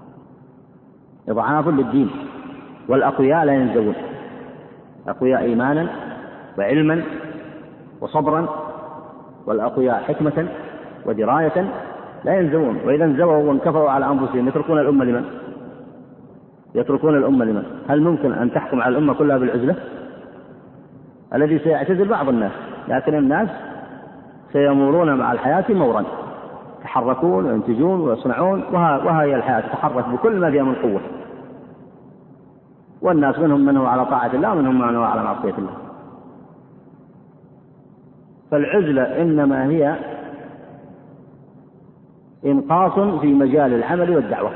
إضعاف للدين. والأقوياء لا ينزوون، أقوياء إيمانا وعلما وصبرا، والأقوياء حكمة ودراية لا ينزوون. وإذا انزووا وانكفروا على أنفسهم يتركون الأمة لمن؟ يتركون الأمة لمن؟ هل ممكن أن تحكم على الأمة كلها بالعزلة؟ الذي سيعتزل بعض الناس، لكن الناس سيمورون مع الحياة مورا، يتحركون وينتجون ويصنعون، وهي الحياة تتحرك بكل ما فيها من قوة. والناس منهم من هو على طاعة الله ومنهم من هو على معصية الله. فالعزلة إنما هي إنقاص في مجال العمل والدعوة،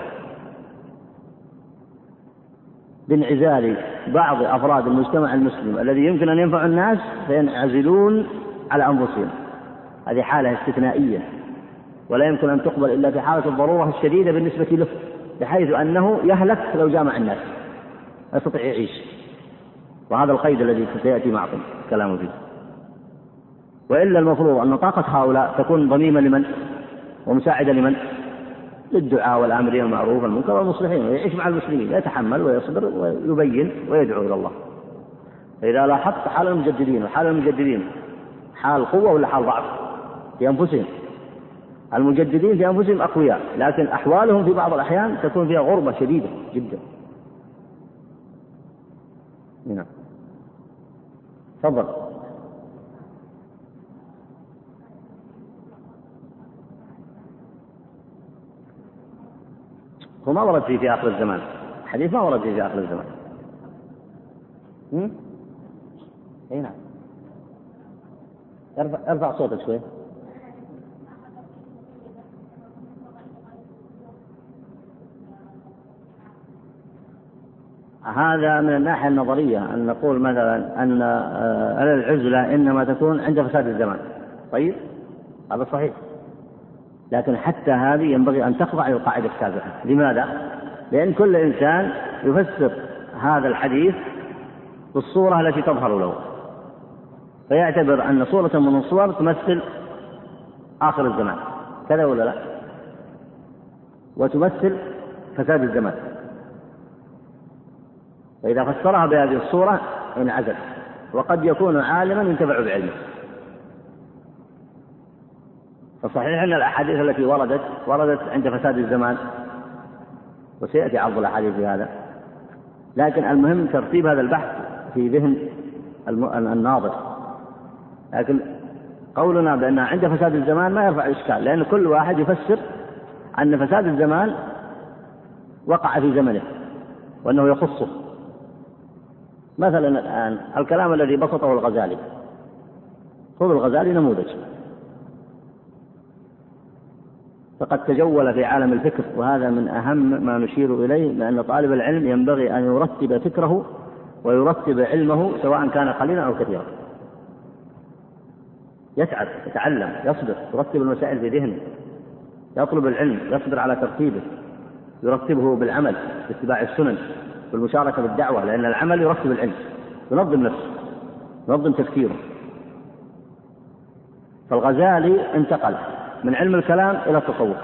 بانعزال بعض أفراد المجتمع المسلم الذي يمكن أن ينفع الناس فينعزلون على أنفسهم. هذه حالة استثنائية ولا يمكن أن تقبل إلا في حالة الضرورة الشديدة بالنسبة له، بحيث أنه يهلك لو جامع الناس، لا يستطيع يعيش. وهذا القيد الذي سيأتي معكم كلام فيه. وإلا المفروض أن طاقة هؤلاء تكون ضميمة لمن؟ ومساعدة لمن؟ للدعاء والآمرين بالمعروف والمنكر والمصلحين، ويعيش مع المسلمين، يتحمل ويصبر ويبين ويدعو إلى الله. فإذا لاحظت حال المجددين وحال المجددين حال قوة ولا حال ضعف في أنفسهم؟ المجددين في أنفسهم أقوياء، لكن أحوالهم في بعض الأحيان تكون فيها غربة شديدة جدا. نعم، تفضل. هو ما ورد فيه في آخر الزمان، حديث ما ورد فيه في آخر الزمان. اي نعم، ارفع صوتك شوي. هذا من الناحية النظرية، أن نقول مثلا أن العزلة إنما تكون عند فساد الزمان. طيب، هذا صحيح، لكن حتى هذه ينبغي أن تخضع للقاعدة السابقة. لماذا؟ لأن كل إنسان يفسر هذا الحديث بالصورة التي تظهر له، فيعتبر أن صورة من الصور تمثل آخر الزمان، كذا ولا لا؟ وتمثل فساد الزمان، فإذا فسرها بهذه الصورة انعزل، وقد يكون عالما ينتفع بعلمه. فصحيح أن الأحاديث التي وردت عند فساد الزمان، وسيأتي عرض الأحاديث في هذا، لكن المهم ترتيب هذا البحث في ذهن الناظر. لكن قولنا بأن عند فساد الزمان ما يرفع إشكال، لأن كل واحد يفسر أن فساد الزمان وقع في زمنه وأنه يخصه. مثلا الآن الكلام الذي بسطه الغزالي، خذ الغزالي نموذج، فقد تجول في عالم الفكر، وهذا من أهم ما نشير إليه، لأن طالب العلم ينبغي أن يرتب فكره ويرتب علمه سواء كان قليلا أو كثيرا. يتعب، يتعلم، يصبر، يرتب المسائل في ذهنه، يطلب العلم، يصبر على ترتيبه، يرتبه بالعمل، باتباع السنن، بالمشاركة بالدعوة، لأن العمل يرتب العلم، ينظم نفسه، ينظم تفكيره. فالغزالي انتقل من علم الكلام إلى التصوف،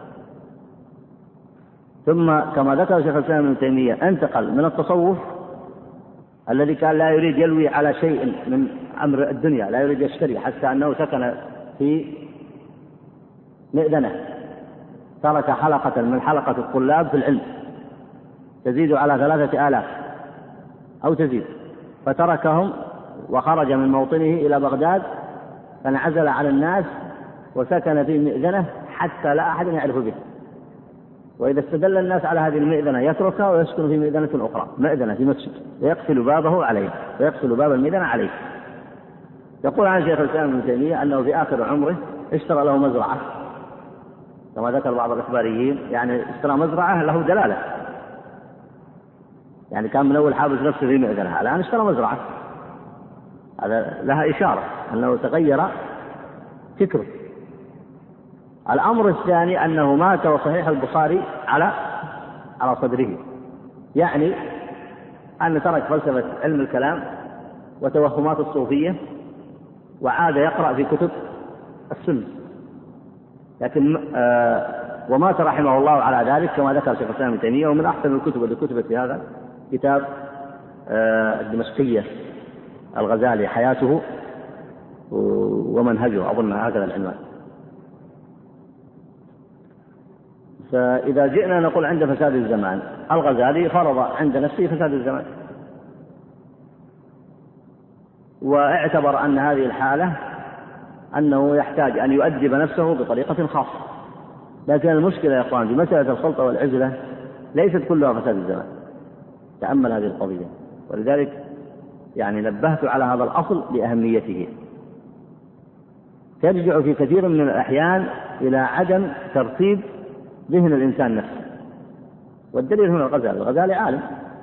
ثم كما ذكر شيخ الإسلام ابن تيمية انتقل من التصوف الذي كان لا يريد يلوي على شيء من أمر الدنيا، لا يريد يشتري، حتى أنه سكن في مئذنة، ترك حلقة من حلقة الطلاب في العلم تزيد على 3000 أو تزيد، فتركهم وخرج من موطنه إلى بغداد، فانعزل على الناس وسكن في مئذنة حتى لا أحد يعرف به. وإذا استدل الناس على هذه المئذنة يتركها ويسكن في مئذنة أخرى، مئذنة في مسجد، ويقفل بابه عليه، ويقفل باب المئذنة عليه. يقول عن شيخ الإسلام ابن تيمية أنه في آخر عمره اشترى له مزرعة، كما ذكر بعض الإخباريين، يعني اشترى مزرعة له دلالة، يعني كان من أول حابس نفسه في مئذنة، الآن اشترى مزرعة، هذا لها إشارة أنه تغير فكره. الأمر الثاني أنه مات وصحيح البخاري على صدره، يعني أن ترك فلسفة علم الكلام وتوهمات الصوفية وعاد يقرأ في كتب السنة، لكن ومات رحمه الله على ذلك كما ذكر شيخ الإسلام ابن تيمية. ومن أحسن الكتب التي كتبت في هذا كتاب الدمشقية الغزالي حياته ومنهجه، أظن هكذا العنوان. فإذا جئنا نقول عند فساد الزمان، الغزالي فرض عند نفسه فساد الزمان، واعتبر أن هذه الحالة أنه يحتاج أن يؤدب نفسه بطريقة خاصة. لكن المشكلة يا أخوان في مسألة الخلطة والعزلة ليست كلها فساد الزمان، تأمل هذه القضية، ولذلك يعني نبهت على هذا الأصل لأهميته. ترجع في كثير من الأحيان إلى عدم ترتيب ذهن الإنسان نفسه، والدليل هنا الغزالي عالم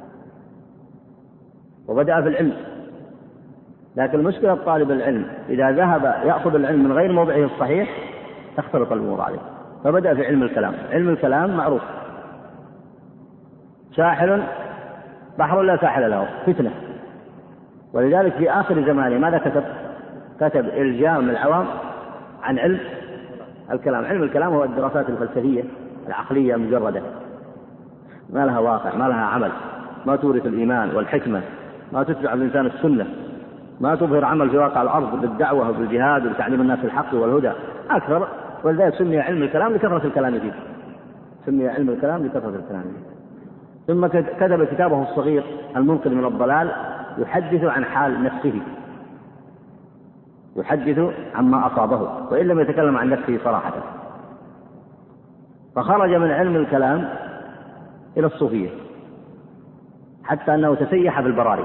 وبدأ في العلم، لكن المشكلة طالب العلم إذا ذهب يأخذ العلم من غير موضعه الصحيح تختلط الأمور عليه، فبدأ في علم الكلام. علم الكلام معروف ساحل بحر لا ساحل له، فتنة. ولذلك في آخر زمانه ماذا كتب إلجام العوام عن علم الكلام. علم الكلام هو الدراسات الفلسفية العقلية مجردة، ما لها واقع، ما لها عمل، ما تورث الإيمان والحكمة، ما تتبع الإنسان السنة، ما تظهر عمل في واقع الأرض بالدعوة وبالجهاد وبتعليم الناس الحق والهدى أكثر. ولذلك سمي علم الكلام لكثرة الكلام فيه، سمي علم الكلام لكثرة الكلام فيه. ثم كتب كتابه الصغير المنقذ من الضلال يحدث عن حال نفسه، يحدث عما أصابه وإن لم يتكلم عن نفسه صراحة. فخرج من علم الكلام إلى الصوفية حتى أنه تسيح في البراري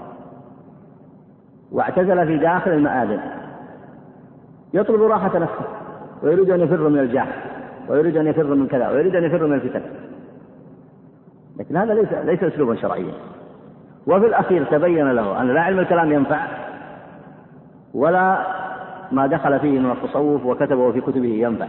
واعتزل في داخل المآذن، يطلب راحة نفسه ويريد أن يفر من الجاهل ويريد أن يفر من كذا ويريد أن يفر من الفتن، لكن هذا ليس أسلوبا شرعيا. وفي الأخير تبين له أن لا علم الكلام ينفع ولا ما دخل فيه من التصوف وكتبه في كتبه ينفع.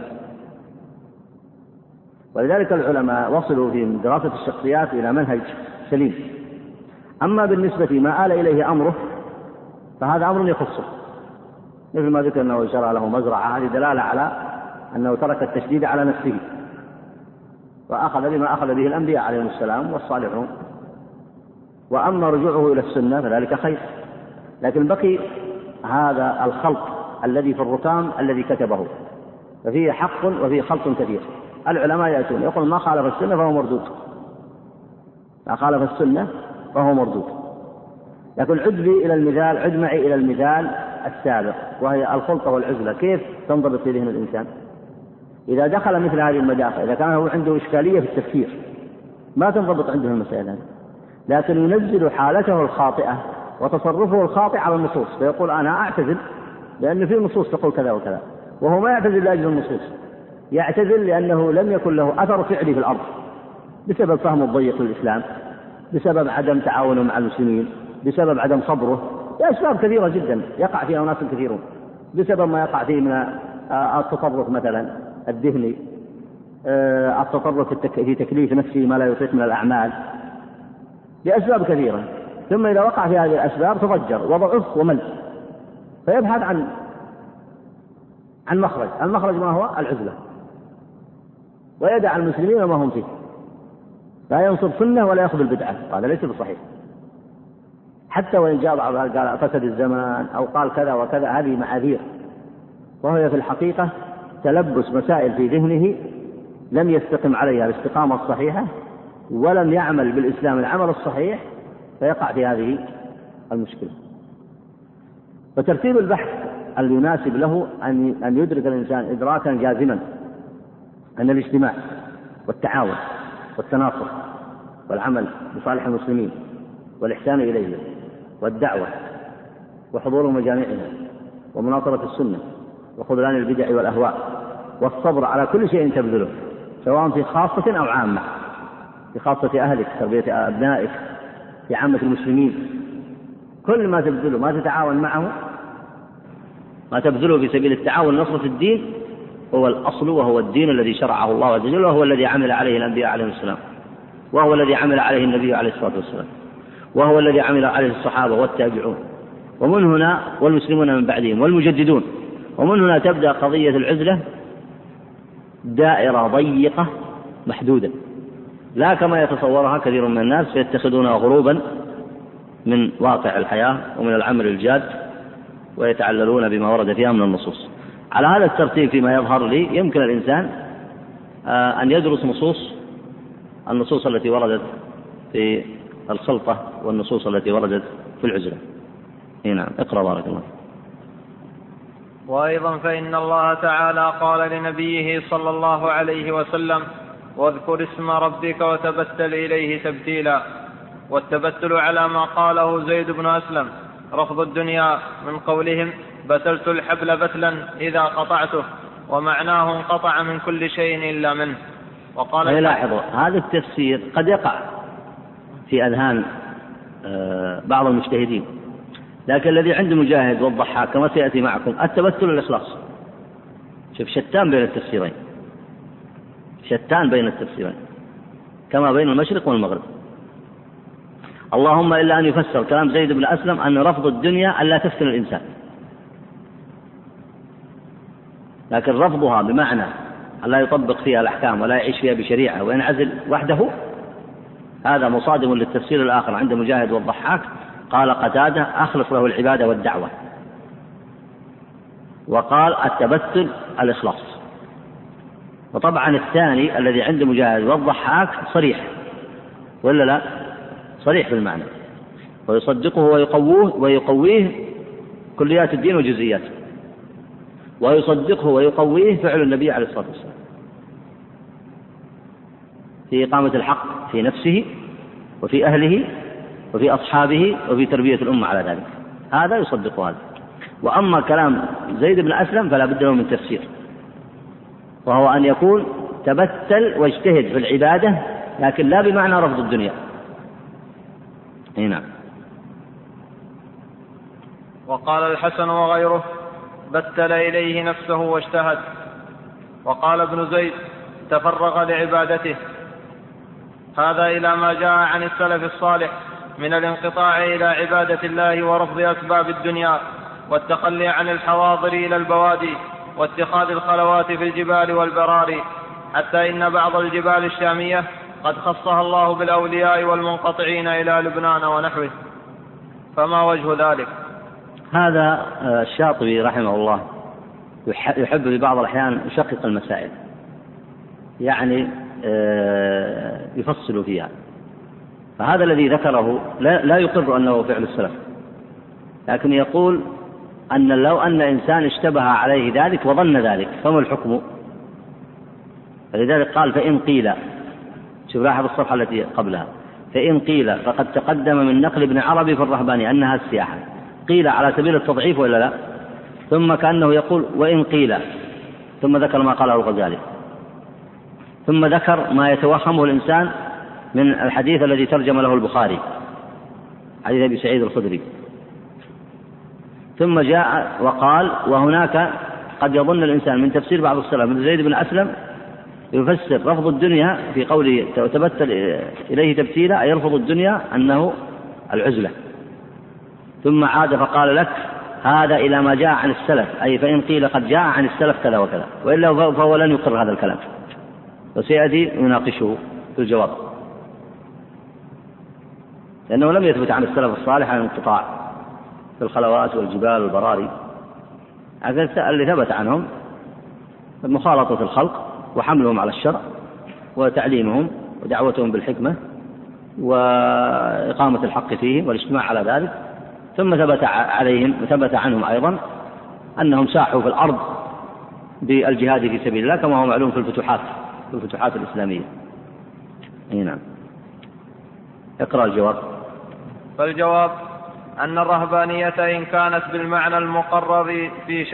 ولذلك العلماء وصلوا في دراسة الشخصيات إلى منهج سليم. أما بالنسبة ما آل إليه أمره فهذا أمر يخصه، مثل ما ذكر أنه شرع له مزرعة، هذه دلالة على أنه ترك التشديد على نفسه وأخذ بما أخذ به الأنبياء عليهم السلام والصالحون. وأما رجوعه إلى السنة فذلك خير. لكن بقي هذا الخلط الذي في الركام الذي كتبه، ففيه حق وفيه خلط كثير. العلماء يأتون يقول ما خالف السنة فهو مردود، ما خالف السنة فهو مردود. لكن عد معي إلى المثال السابق وهي الخلطة والعزلة، كيف تنضبط في ذهن الإنسان إذا دخل مثل هذه المداخل؟ إذا كان هو عنده إشكالية في التفكير ما تنضبط عنده المسائل، لكن ينزل حالته الخاطئة وتصرفه الخاطئ على النصوص، فيقول أنا أعتزل لأن في نصوص تقول كذا وكذا، وهو ما يعتزل لأجل النصوص، يعتزل لأنه لم يكن له أثر فعلي في الأرض بسبب فهمه الضيق للإسلام، بسبب عدم تعاونه مع المسلمين، بسبب عدم صبره، لأسباب كثيرة جدا يقع فيها ناس كثيرون، بسبب ما يقع فيه من التطرف مثلا الذهني، التطرف في تكليف نفسه ما لا يطيق من الأعمال، لأسباب كثيرة. ثم إذا وقع في هذه الأسباب تضجر وضعف ومل، فيبحث عن مخرج. المخرج ما هو؟ العزلة، ويدع المسلمين ما هم فيه، لا ينصر سنة ولا يأخذ البدعة، هذا ليس بصحيح. حتى وإن جاء بعض قال فسد الزمان أو قال كذا وكذا، هذه معاذير، وهي في الحقيقة تلبس مسائل في ذهنه لم يستقم عليها الاستقامة الصحيحة ولم يعمل بالإسلام العمل الصحيح، فيقع في هذه المشكلة. فترتيب البحث اللي يناسب له أن يدرك الإنسان إدراكا جازما أن الاجتماع والتعاون والتناصر والعمل بصالح المسلمين والإحسان إليهم والدعوة وحضور مجامعهم ومناصرة السنة وخذلان البدع والأهواء والصبر على كل شيء تبذله، سواء في خاصة أو عامة، في خاصة أهلك، تربية أبنائك، في عامة المسلمين. كل ما تبذله، ما تتعاون معه، ما تبذله في سبيل التعاون نصرة الدين، هو الأصل وهو الدين الذي شرعه الله عز وجل، وهو الذي عمل عليه الأنبياء عليهم السلام، وهو الذي عمل عليه النبي عليه الصلاة والسلام، وهو الذي عمل عليه الصحابة والتابعون، ومن هنا والمسلمون من بعدهم والمجددون. ومن هنا تبدأ قضية العزلة دائرة ضيقة محدودة، لا كما يتصورها كثير من الناس فيتخذونها غروبا من واقع الحياة ومن العمل الجاد ويتعللون بما ورد فيها من النصوص. على هذا الترتيب فيما يظهر لي يمكن الإنسان أن يدرس النصوص التي وردت في الخلطة والنصوص التي وردت في العزلة. نعم، اقرأ بارك الله. وأيضا فإن الله تعالى قال لنبيه صلى الله عليه وسلم: واذكر اسم ربك وتبتل إليه تبتيلا. والتبتل على ما قاله زيد بن أسلم رفض الدنيا، من قولهم: بتلت الحبل بتلا إذا قطعته، ومعناه انقطع من كل شيء إلا منه. وقال لاحظوا هذا التفسير قد يقع في أذهان بعض المجتهدين، لكن الذي عند مجاهد والضحاك كما سيأتي معكم التبتل الإخلاص. شوف، شتان بين التفسيرين كما بين المشرق والمغرب. اللهم إلا أن يفسر كلام زيد بن أسلم أن رفض الدنيا ألا تفتن الإنسان، لكن رفضها بمعنى ألا يطبق فيها الأحكام ولا يعيش فيها بشريعة وينعزل وحده، هذا مصادم للتفسير الآخر عند مجاهد والضحاك. قال قتادة: أخلص له العبادة والدعوة. وقال التبتل الإخلاص. وطبعا الثاني الذي عند مجاهد والضحاك صريح، ولا لا؟ صريح بالمعنى، ويصدقه ويقويه كليات الدين وجزئياته، ويصدقه ويقويه فعل النبي عليه الصلاة والسلام في إقامة الحق في نفسه وفي أهله وفي أصحابه وفي تربية الأمة على ذلك، هذا يصدق هذا. وأما كلام زيد بن أسلم فلا بد له من تفسير، وهو أن يكون تبتل واجتهد في العبادة، لكن لا بمعنى رفض الدنيا. نعم. وقال الحسن وغيره: بتل إليه نفسه واجتهد. وقال ابن زيد: تفرغ لعبادته. هذا إلى ما جاء عن السلف الصالح من الانقطاع إلى عبادة الله ورفض أسباب الدنيا والتخلي عن الحواضر إلى البوادي واتخاذ الخلوات في الجبال والبراري، حتى إن بعض الجبال الشامية قد خصها الله بالأولياء والمنقطعين إلى لبنان ونحوه. فما وجه ذلك؟ هذا الشاطبي رحمه الله يحب في بعض الأحيان يشقق المسائل، يعني يفصل فيها. فهذا الذي ذكره لا يقر أنه فعل السلف، لكن يقول أن لو أن إنسان اشتبه عليه ذلك وظن ذلك فما الحكم؟ فلذلك قال: فإن قيل، شوف لاحظ الصفحة التي قبلها، فإن قيل فقد تقدم من نقل ابن عربي في الرهباني أنها السياحة. قيل على سبيل التضعيف ولا لا؟ ثم كأنه يقول: وإن قيل، ثم ذكر ما قاله الغزالي، ثم ذكر ما يتوهمه الإنسان من الحديث الذي ترجم له البخاري، حديث أبي سعيد الخدري. ثم جاء وقال: وهناك قد يظن الإنسان من تفسير بعض السلف من زيد بن أسلم يفسر رفض الدنيا في قوله تبتل إليه تبتيلا، أي يرفض الدنيا أنه العزلة. ثم عاد فقال لك: هذا إلى ما جاء عن السلف، أي فإن قيل قد جاء عن السلف كذا وكذا، وإلا فهو لن يقر هذا الكلام، وسيأتي يناقشه في الجواب، لأنه لم يثبت عن السلف الصالح عن الانقطاع في الخلوات والجبال والبراري. اللي ثبت عنهم مخالطة الخلق وحملهم على الشرع وتعليمهم ودعوتهم بالحكمة وإقامة الحق فيهم والاجتماع على ذلك. ثم ثبت عنهم أيضا أنهم ساحوا في الأرض بالجهاد في سبيل الله، كما هو معلوم في الفتوحات الإسلامية. نعم. اقرأ الجواب. فالجواب أن الرهبانية إن كانت بالمعنى المقرر في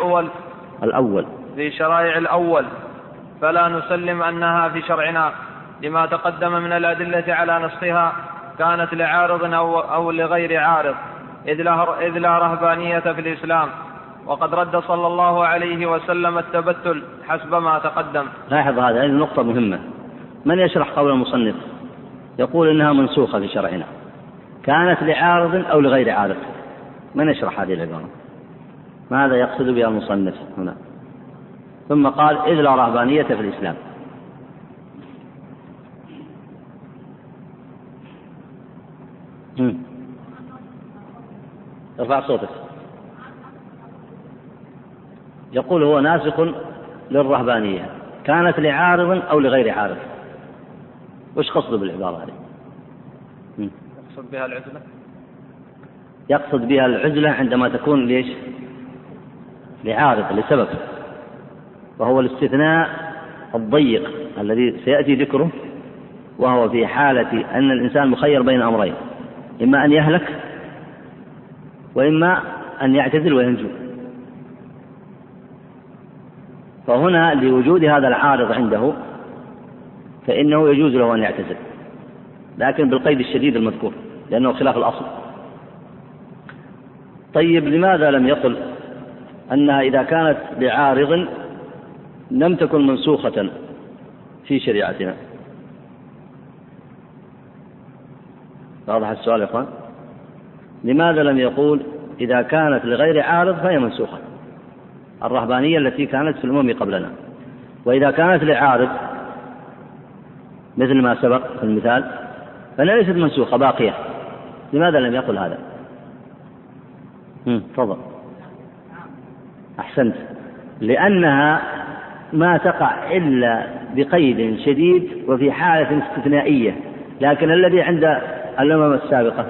شرائع الأول فلا نسلم أنها في شرعنا، لما تقدم من الأدلة على نسخها كانت لعارض أو لغير عارض، إذ لا رهبانية في الإسلام. وقد رد صلى الله عليه وسلم التبتل حسب ما تقدم. لاحظ هذه النقطة مهمة. من يشرح قول المصنف؟ يقول إنها منسوخة في شرعنا، كانت لعارض أو لغير عارض. من يشرح هذه العبارة؟ ماذا يقصد بها المصنف هنا؟ ثم قال إذ لا رهبانية في الإسلام. ارفع صوتك. يقول هو ناسخ للرهبانية، كانت لعارض أو لغير عارض. وش قصده بالعبارة هذه؟ يقصد بها العزلة. يقصد بها العزلة عندما تكون ليش؟ لعارض، لسبب، وهو الاستثناء الضيق الذي سيأتي ذكره، وهو في حالة أن الإنسان مخير بين أمرين، إما أن يهلك وإما أن يعتزل وينجو. فهنا لوجود هذا العارض عنده فإنه يجوز له أن يعتزل، لكن بالقيد الشديد المذكور لأنه خلاف الأصل. طيب لماذا لم يقل أنها إذا كانت لعارض لم تكن منسوخة في شريعتنا؟ واضح السؤال يا إخوان؟ لماذا لم يقول إذا كانت لغير عارض فهي منسوخة، الرهبانية التي كانت في الأمم قبلنا، وإذا كانت لعارض مثل ما سبق في المثال فلا ليست منسوخة باقية؟ لماذا لم يقل هذا؟ تفضل. أحسنت. لأنها ما تقع إلا بقيد شديد وفي حالة استثنائية، لكن الذي عند الأمم السابقة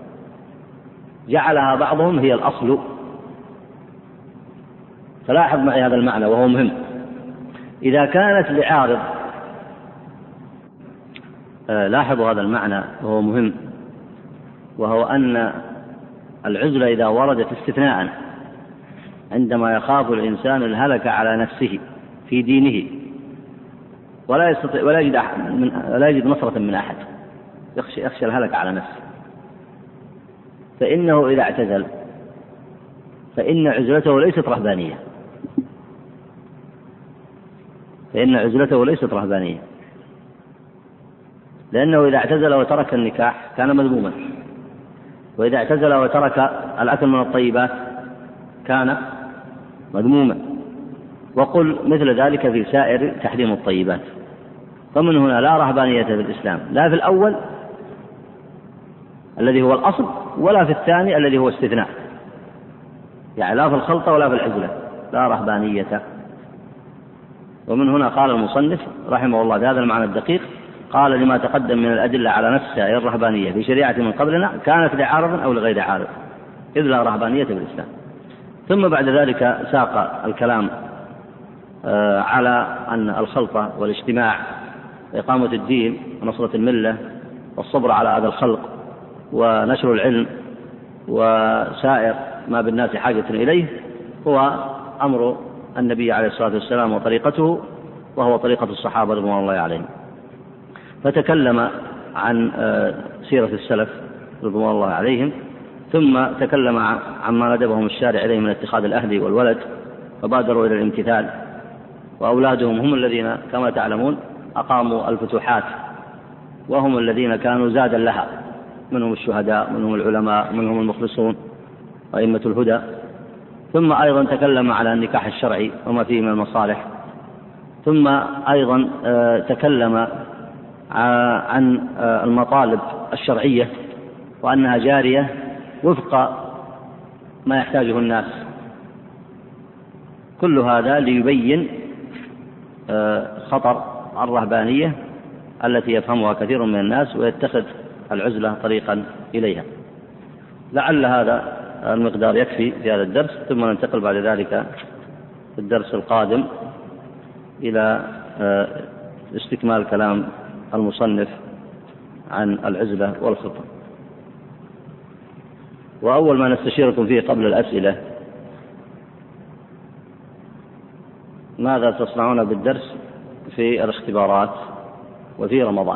جعلها بعضهم هي الأصل. فلاحظ معي هذا المعنى وهو مهم. إذا كانت لعارض، لاحظوا هذا المعنى وهو مهم، وهو أن العزلة إذا وردت استثناء عندما يخاف الإنسان الهلك على نفسه في دينه ولا يجد نصرة من أحد، يخشى الهلك على نفسه، فإنه إذا اعتزل فإن عزلته ليست رهبانية، لأنه إذا اعتزل وترك النكاح كان مذموما، وإذا اعتزل وترك الأكل من الطيبات كان مذموما، وقل مثل ذلك في سائر تحريم الطيبات. فمن هنا لا رهبانية في الإسلام، لا في الأول الذي هو الأصل ولا في الثاني الذي هو استثناء، يعني لا في الخلطة ولا في العزلة، لا رهبانية. ومن هنا قال المصنف رحمه الله بهذا المعنى الدقيق، قال لما تقدم من الأدلة على نفسها أي الرهبانية في شريعة من قبلنا كانت لعارض أو لغير عارض، إذ لا رهبانية في الإسلام. ثم بعد ذلك ساق الكلام على أن الخلطة والاجتماع وإقامة الدين ونصرة الملة والصبر على هذا الخلق ونشر العلم وسائر ما بالناس حاجة إليه هو أمر النبي عليه الصلاة والسلام وطريقته، وهو طريقة الصحابة رضوان الله عليهم. فتكلم عن سيرة السلف رضوان الله عليهم، ثم تكلم عما ندبهم الشارع إليه من اتخاذ الأهل والولد فبادروا إلى الامتثال، وأولادهم هم الذين كما تعلمون أقاموا الفتوحات، وهم الذين كانوا زادا لها، منهم الشهداء، منهم العلماء، منهم المخلصون وأئمة الهدى. ثم أيضا تكلم على النكاح الشرعي وما فيه من المصالح، ثم أيضا تكلم عن المطالب الشرعية وأنها جارية وفق ما يحتاجه الناس. كل هذا ليبين خطر الرهبانية التي يفهمها كثير من الناس ويتخذ العزلة طريقا إليها. لعل هذا المقدار يكفي في هذا الدرس، ثم ننتقل بعد ذلك في الدرس القادم إلى استكمال كلام المصنف عن العزلة والخطة. وأول ما نستشيركم فيه قبل الأسئلة، ماذا تصنعون بالدرس في الاختبارات وفي رمضان.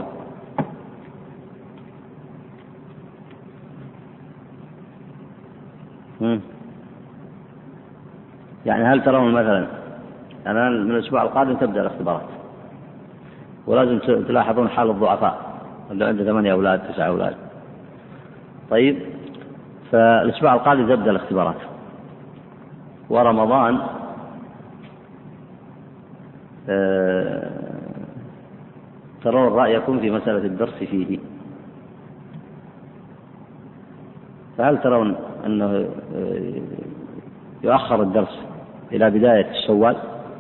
يعني هل ترون مثلا الآن من الأسبوع القادم تبدأ الاختبارات، ولازم تلاحظون حال الضعفاء اللي عنده 8 أولاد 9 أولاد. طيب، فالأسبوع القادم تبدأ الاختبارات، ورمضان ترون رأيكم في مسألة الدرس فيه. فهل ترون أنه يؤخر الدرس إلى بداية شوال؟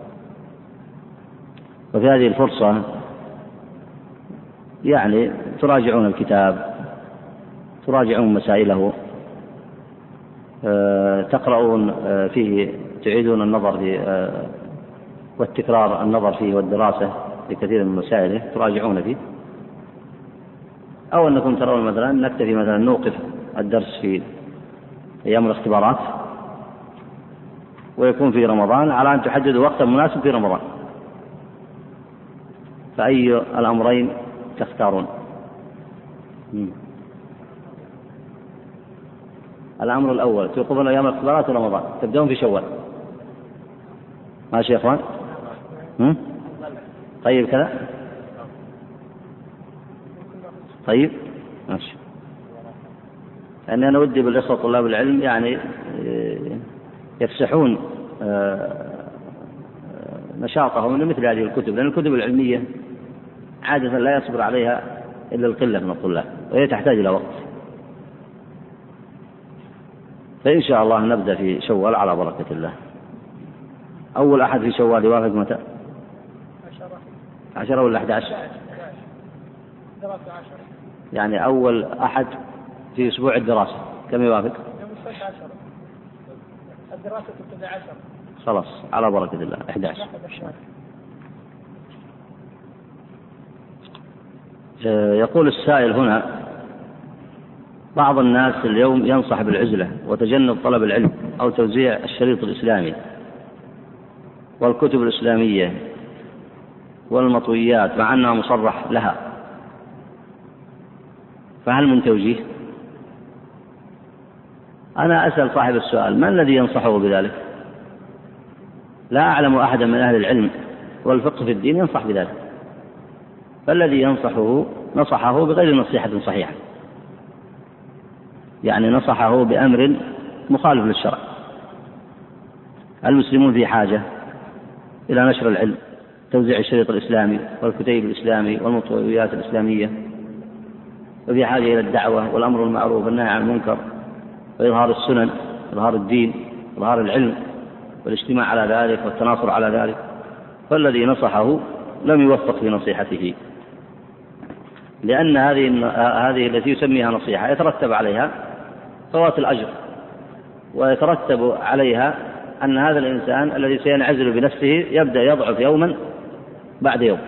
وفي هذه الفرصة يعني تراجعون الكتاب، تراجعون مسائله، تقرؤون فيه، تعيدون النظر فيه والتكرار النظر فيه والدراسة لكثير من مسائله تراجعون فيه. أو أنكم ترون مثلا نكتفي مثلا نوقف الدرس في أيام الاختبارات ويكون في رمضان، على أن تحددوا وقتا مناسب في رمضان. فأي الأمرين تختارون؟ الأمر الأول توقفون أيام الاختبارات ورمضان، تبدأون في شوال. ماشي يا إخوان؟ طيب كذا؟ طيب ماشي. لأني أنا ودي بالإخوة طلاب العلم يعني يفسحون نشاطهم لمثل هذه الكتب، لأن الكتب العلمية عادة لا يصبر عليها إلا القلة من الطلاب، وهي تحتاج إلى وقت. فإن شاء الله نبدأ في شوال على بركة الله. أول أحد في شوال يوافق متى؟ 10 ولا 11؟ يعني أول أحد في أسبوع الدراسة كم يوافق؟ الدراسة تبدأ 10. خلاص على بركة الله 11. يقول السائل هنا: بعض الناس اليوم ينصح بالعزلة وتجنب طلب العلم أو توزيع الشريط الإسلامي والكتب الإسلامية والمطويات مع أنها مصرح لها، فهل من توجيه؟ أنا أسأل صاحب السؤال: من الذي ينصحه بذلك؟ لا أعلم أحدا من أهل العلم والفقه في الدين ينصح بذلك، فالذي ينصحه نصحه بغير نصيحة صحيحة، يعني نصحه بأمر مخالف للشرع. المسلمون في حاجة إلى نشر العلم، توزيع الشريط الإسلامي والكتيب الإسلامي والمطويات الإسلامية، وفي حاجة إلى الدعوة والأمر بالمعروف والنهي عن المنكر وإظهار السنن، إظهار الدين، إظهار العلم والاجتماع على ذلك والتناصر على ذلك. فالذي نصحه لم يوفق في نصيحته، لأن هذه التي يسميها نصيحة يترتب عليها فوات الأجر، ويترتب عليها أن هذا الإنسان الذي سينعزل بنفسه يبدأ يضعف يوما بعد يوم.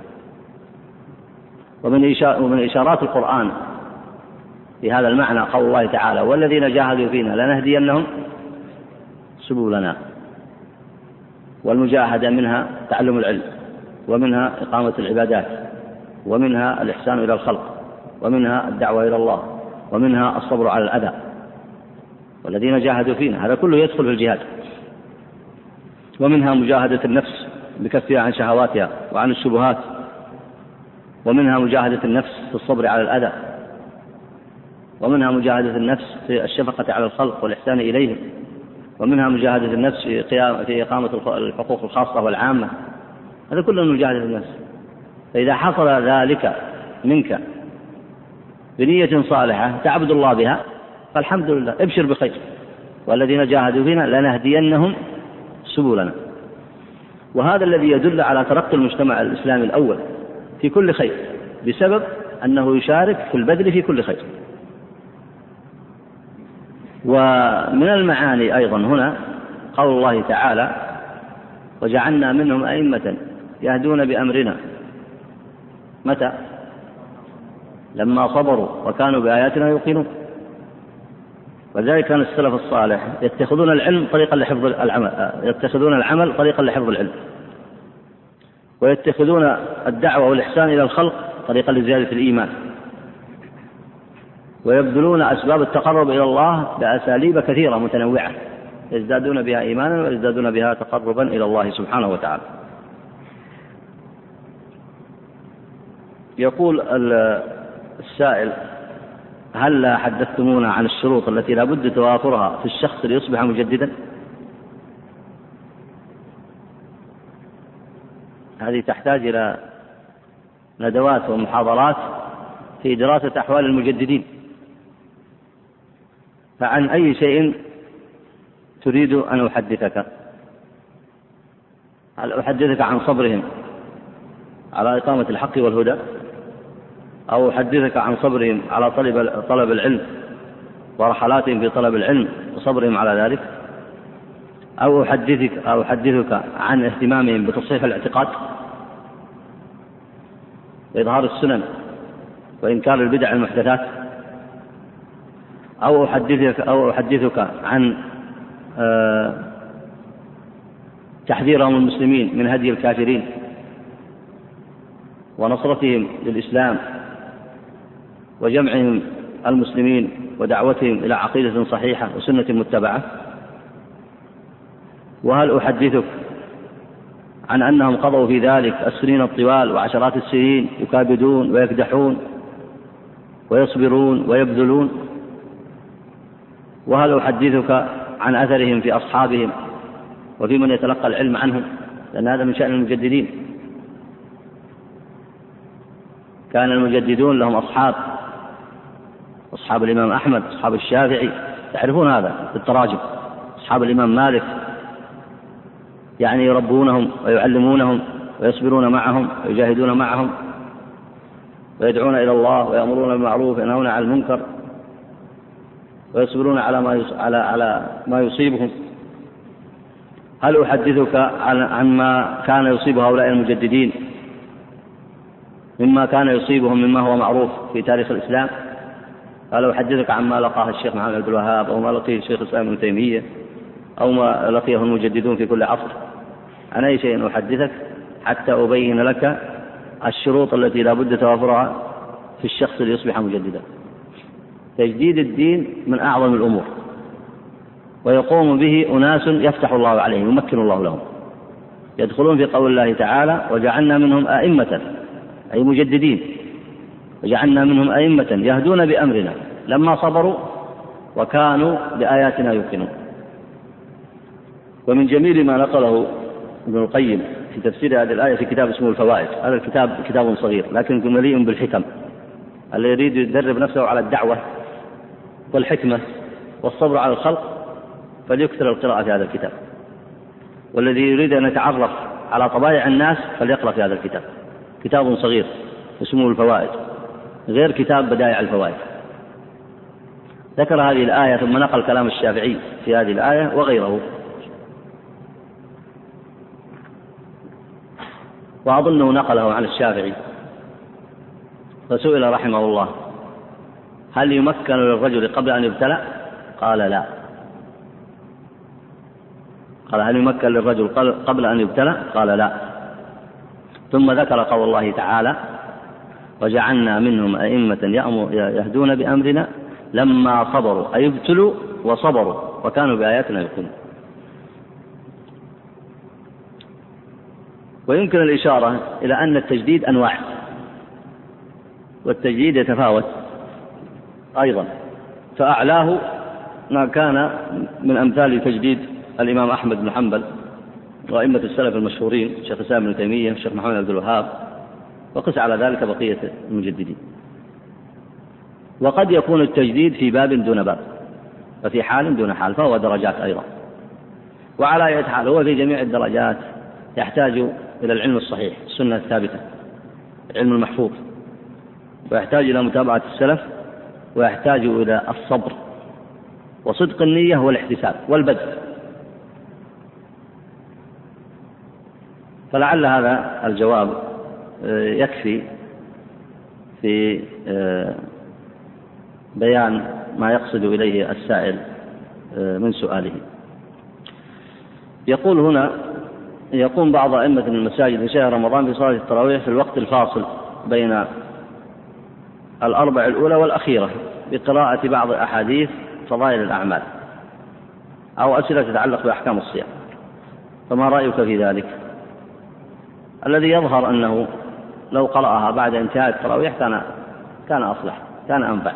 ومن إشارات القرآن في هذا المعنى قول الله تعالى: والذين جاهدوا فينا لنهدينهم سبلنا. والمجاهدة منها تعلم العلم، ومنها إقامة العبادات، ومنها الإحسان إلى الخلق، ومنها الدعوة إلى الله، ومنها الصبر على الأذى. والذين جاهدوا فينا هذا كله يدخل في الجهاد. ومنها مجاهدة النفس بكفها عن شهواتها وعن الشبهات، ومنها مجاهدة النفس في الصبر على الأذى، ومنها مجاهدة النفس في الشفقة على الخلق والإحسان إليهم، ومنها مجاهدة النفس في إقامة الحقوق الخاصة والعامة. هذا كله مجاهدة النفس. فإذا حصل ذلك منك بنية صالحة تعبد الله بها فالحمد لله، ابشر بخير. والذين جاهدوا فينا لنهدينهم سبلنا. وهذا الذي يدل على ترقي المجتمع الإسلامي الأول في كل خير، بسبب أنه يشارك في البذل في كل خير. ومن المعاني أيضا هنا قول الله تعالى: وجعلنا منهم أئمة يهدون بأمرنا. متى؟ لما صبروا وكانوا بآياتنا يوقنون. وذلك كان السلف الصالح يتخذون العلم طريقا لحفظ العمل، يتخذون العمل طريقا لحفظ العلم. ويتخذون الدعوة والإحسان إلى الخلق طريقا لزيادة الإيمان، ويبذلون أسباب التقرب إلى الله بأساليب كثيرة متنوعة يزدادون بها إيمانا ويزدادون بها تقربا إلى الله سبحانه وتعالى. يقول السائل: هل حدثتمونا عن الشروط التي لا بد توافرها في الشخص ليصبح مجددا؟ هذه تحتاج إلى ندوات ومحاضرات في دراسة أحوال المجددين. فعن أي شيء تريد أن أحدثك؟ هل أحدثك عن صبرهم على إقامة الحق والهدى، أو أحدثك عن صبرهم على طلب العلم ورحلاتهم في طلب العلم وصبرهم على ذلك، أو أحدثك عن اهتمامهم بتصحيح الاعتقاد وإظهار السنن وإنكار البدع المحدثات، أو أحدثك عن تحذيرهم المسلمين من هدي الكافرين ونصرتهم للإسلام وجمعهم المسلمين ودعوتهم إلى عقيدة صحيحة وسنة متبعة؟ وهل أحدثك عن أنهم قضوا في ذلك السنين الطوال وعشرات السنين يكابدون ويكدحون ويصبرون ويبذلون؟ وهل أحدثك عن أثرهم في أصحابهم وفي من يتلقى العلم عنهم؟ لأن هذا من شأن المجددين. كان المجددون لهم أصحاب الإمام أحمد، أصحاب الشافعي، تعرفون هذا بالتراجم، أصحاب الإمام مالك، يعني يربونهم ويعلمونهم ويصبرون معهم ويجاهدون معهم ويدعون إلى الله ويأمرون بالمعروف وينهون عن المنكر ويصبرون على ما يصيبهم. هل أحدثك عن ما كان يصيب هؤلاء المجددين مما كان يصيبهم مما هو معروف في تاريخ الإسلام؟ هل أحدثك عن ما لقاه الشيخ محمد عبد الوهاب أو ما لقيه الشيخ الإسلام ابن تيمية أو ما لقيه المجددون في كل عصر؟ عن أي شيء أحدثك حتى أبين لك الشروط التي لا بد توافرها في الشخص ليصبح مجددا. تجديد الدين من أعظم الأمور، ويقوم به أناس يفتح الله عليهم يمكن الله لهم، يدخلون في قول الله تعالى: وجعلنا منهم أئمة، أي مجددين، وجعلنا منهم أئمة يهدون بأمرنا لما صبروا وكانوا بآياتنا يوقنون. ومن جميل ما نقله ابن القيم في تفسير هذه الآية في كتاب اسمه الفوائد، هذا الكتاب كتاب صغير لكن مليء بالحكم، الذي يريد يدرب نفسه على الدعوة والحكمة والصبر على الخلق فليكثر القراءة في هذا الكتاب، والذي يريد أن يتعرف على طبائع الناس فليقرأ في هذا الكتاب، كتاب صغير اسمه الفوائد، غير كتاب بدائع الفوائد. ذكر هذه الآية ثم نقل كلام الشافعي في هذه الآية وغيره. وأظنه نقله عن الشافعي، فسئل رحمه الله: هل يمكن للرجل قبل أن يبتلى؟ قال لا. قال: هل يمكن للرجل قبل أن يبتلى؟ قال لا. ثم ذكر قول الله تعالى: وجعلنا منهم أئمة يهدون بأمرنا لما صبروا، أي ابتلوا وصبروا وكانوا بآياتنا يوقنون. ويمكن الإشارة إلى أن التجديد أنواع، والتجديد يتفاوت أيضا، فأعلاه ما كان من أمثال تجديد الإمام أحمد بن حنبل وأئمة السلف المشهورين، الشيخ الإسلام ابن تيمية، الشيخ محمد عبد الوهاب، وقس على ذلك بقية المجددين. وقد يكون التجديد في باب دون باب، وفي حال دون حال، فهو درجات أيضا. وعلى أي حال هو في جميع الدرجات يحتاج إلى العلم الصحيح، السنة الثابتة، العلم المحفوظ، ويحتاج إلى متابعة السلف، ويحتاج إلى الصبر وصدق النية والاحتساب والبذل. فلعل هذا الجواب يكفي في بيان ما يقصد إليه السائل من سؤاله. يقول هنا: يقوم بعض أئمة المساجد في شهر رمضان بصلاة التراويح في الوقت الفاصل بين الأربع الأولى والأخيرة بقراءة بعض أحاديث فضائل الأعمال أو أسئلة تتعلق بأحكام الصيام، فما رأيك في ذلك؟ الذي يظهر أنه لو قرأها بعد انتهاء التراويح كان أصلح، كان أنفع،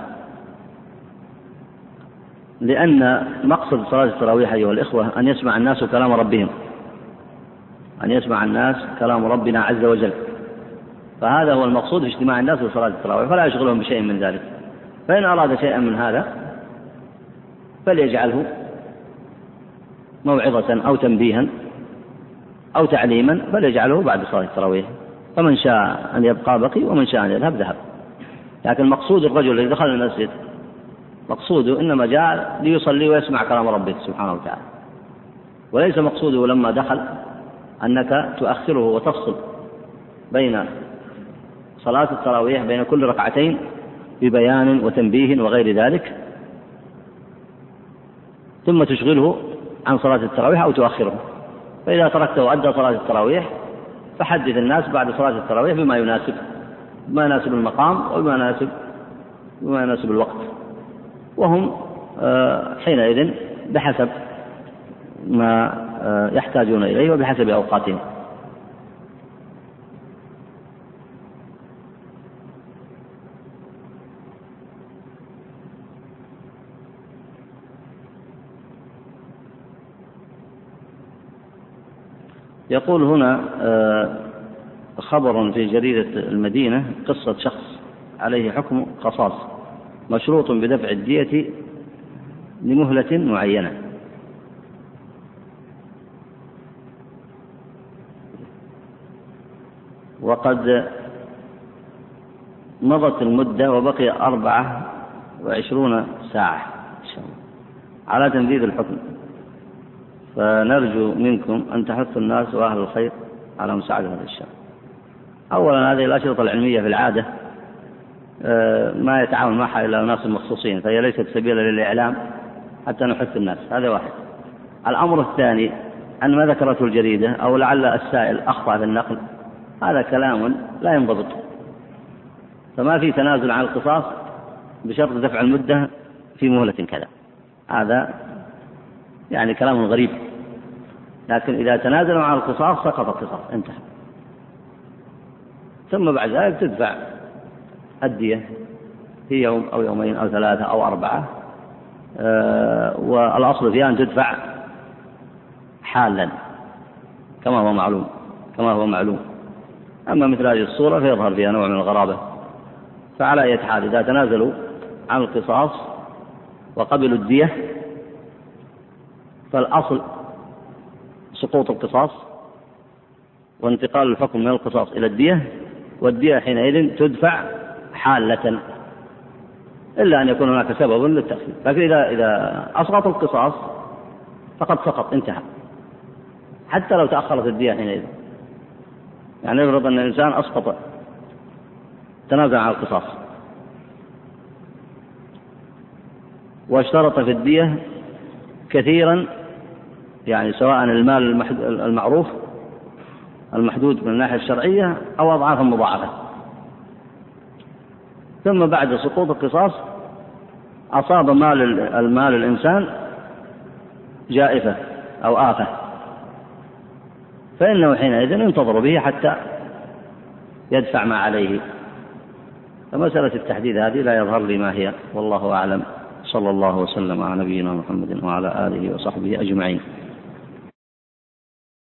لأن مقصد صلاة التراويح أيها الإخوة أن يسمع الناس كلام ربهم، أن يسمع الناس كلام ربنا عز وجل، فهذا هو المقصود في اجتماع الناس لصلاة التراويح، فلا يشغلهم بشيء من ذلك. فإن أراد شيئا من هذا فليجعله موعظة أو تنبيها أو تعليما، فليجعله بعد صلاة التراويح، فمن شاء أن يبقى بقي ومن شاء أن يذهب ذهب. لكن مقصود الرجل الذي دخل المسجد مقصوده إنما جاء ليصلي ويسمع كلام ربه سبحانه وتعالى، وليس مقصوده لما دخل أنك تؤخره وتفصل بين صلاة التراويح بين كل ركعتين ببيان وتنبيه وغير ذلك، ثم تشغله عن صلاة التراويح أو تؤخره. فإذا تركته وأدى صلاة التراويح فحدث الناس بعد صلاة التراويح بما يناسب المقام وبما يناسب الوقت، وهم حينئذ بحسب ما يحتاجون إليه وبحسب أوقاتهم. يقول هنا خبر في جريدة المدينة قصة شخص عليه حكم قصاص مشروط بدفع الدية لمهلة معينة، وقد مضت المدة وبقي 24 ساعة على تنفيذ الحكم، فنرجو منكم أن تحثوا الناس وأهل الخير على مساعدة هذا الشأن. أولا هذه الأشرطة العلمية في العادة ما يتعاون معها إلا الناس المخصوصين، فهي ليست سبيلا للإعلام حتى نحث الناس، هذا واحد. الأمر الثاني أن ما ذكرته الجريدة أو لعل السائل أخطأ في النقل، هذا كلام لا ينضبط، فما في تنازل عن القصاص بشرط دفع المدة في مهلة كذا، هذا يعني كلام غريب. لكن إذا تنازلوا عن القصاص سقط القصاص، انتهى. ثم بعد ذلك تدفع الدية في يوم أو يومين أو 3 أو 4، والأصل فيها أن تدفع حالا كما هو معلوم. أما مثل هذه الصورة فيظهر فيها نوع من الغرابة. فعلى أي حال إذا تنازلوا عن القصاص وقبلوا الدية فالأصل سقوط القصاص وانتقال الحكم من القصاص إلى الدية، والدية حينئذ تدفع حالة، إلا أن يكون هناك سبب للتأخير. لكن إذا أسقط القصاص فقد سقط، انتهى، حتى لو تأخرت الدية حينئذ. يعني يفرض أن الإنسان أسقط تنازع عن القصاص واشترط في الدية كثيرا، يعني سواء المال المعروف المحدود من الناحية الشرعية أو أضعافا مضاعفة، ثم بعد سقوط القصاص أصاب المال الإنسان جائفة أو آفة، فإنه حينئذ ينتظر به حتى يدفع ما عليه. فمسألة التحديد هذه لا يظهر لي ما هي، والله أعلم. صلى الله وسلم على نبينا محمد وعلى آله وصحبه أجمعين.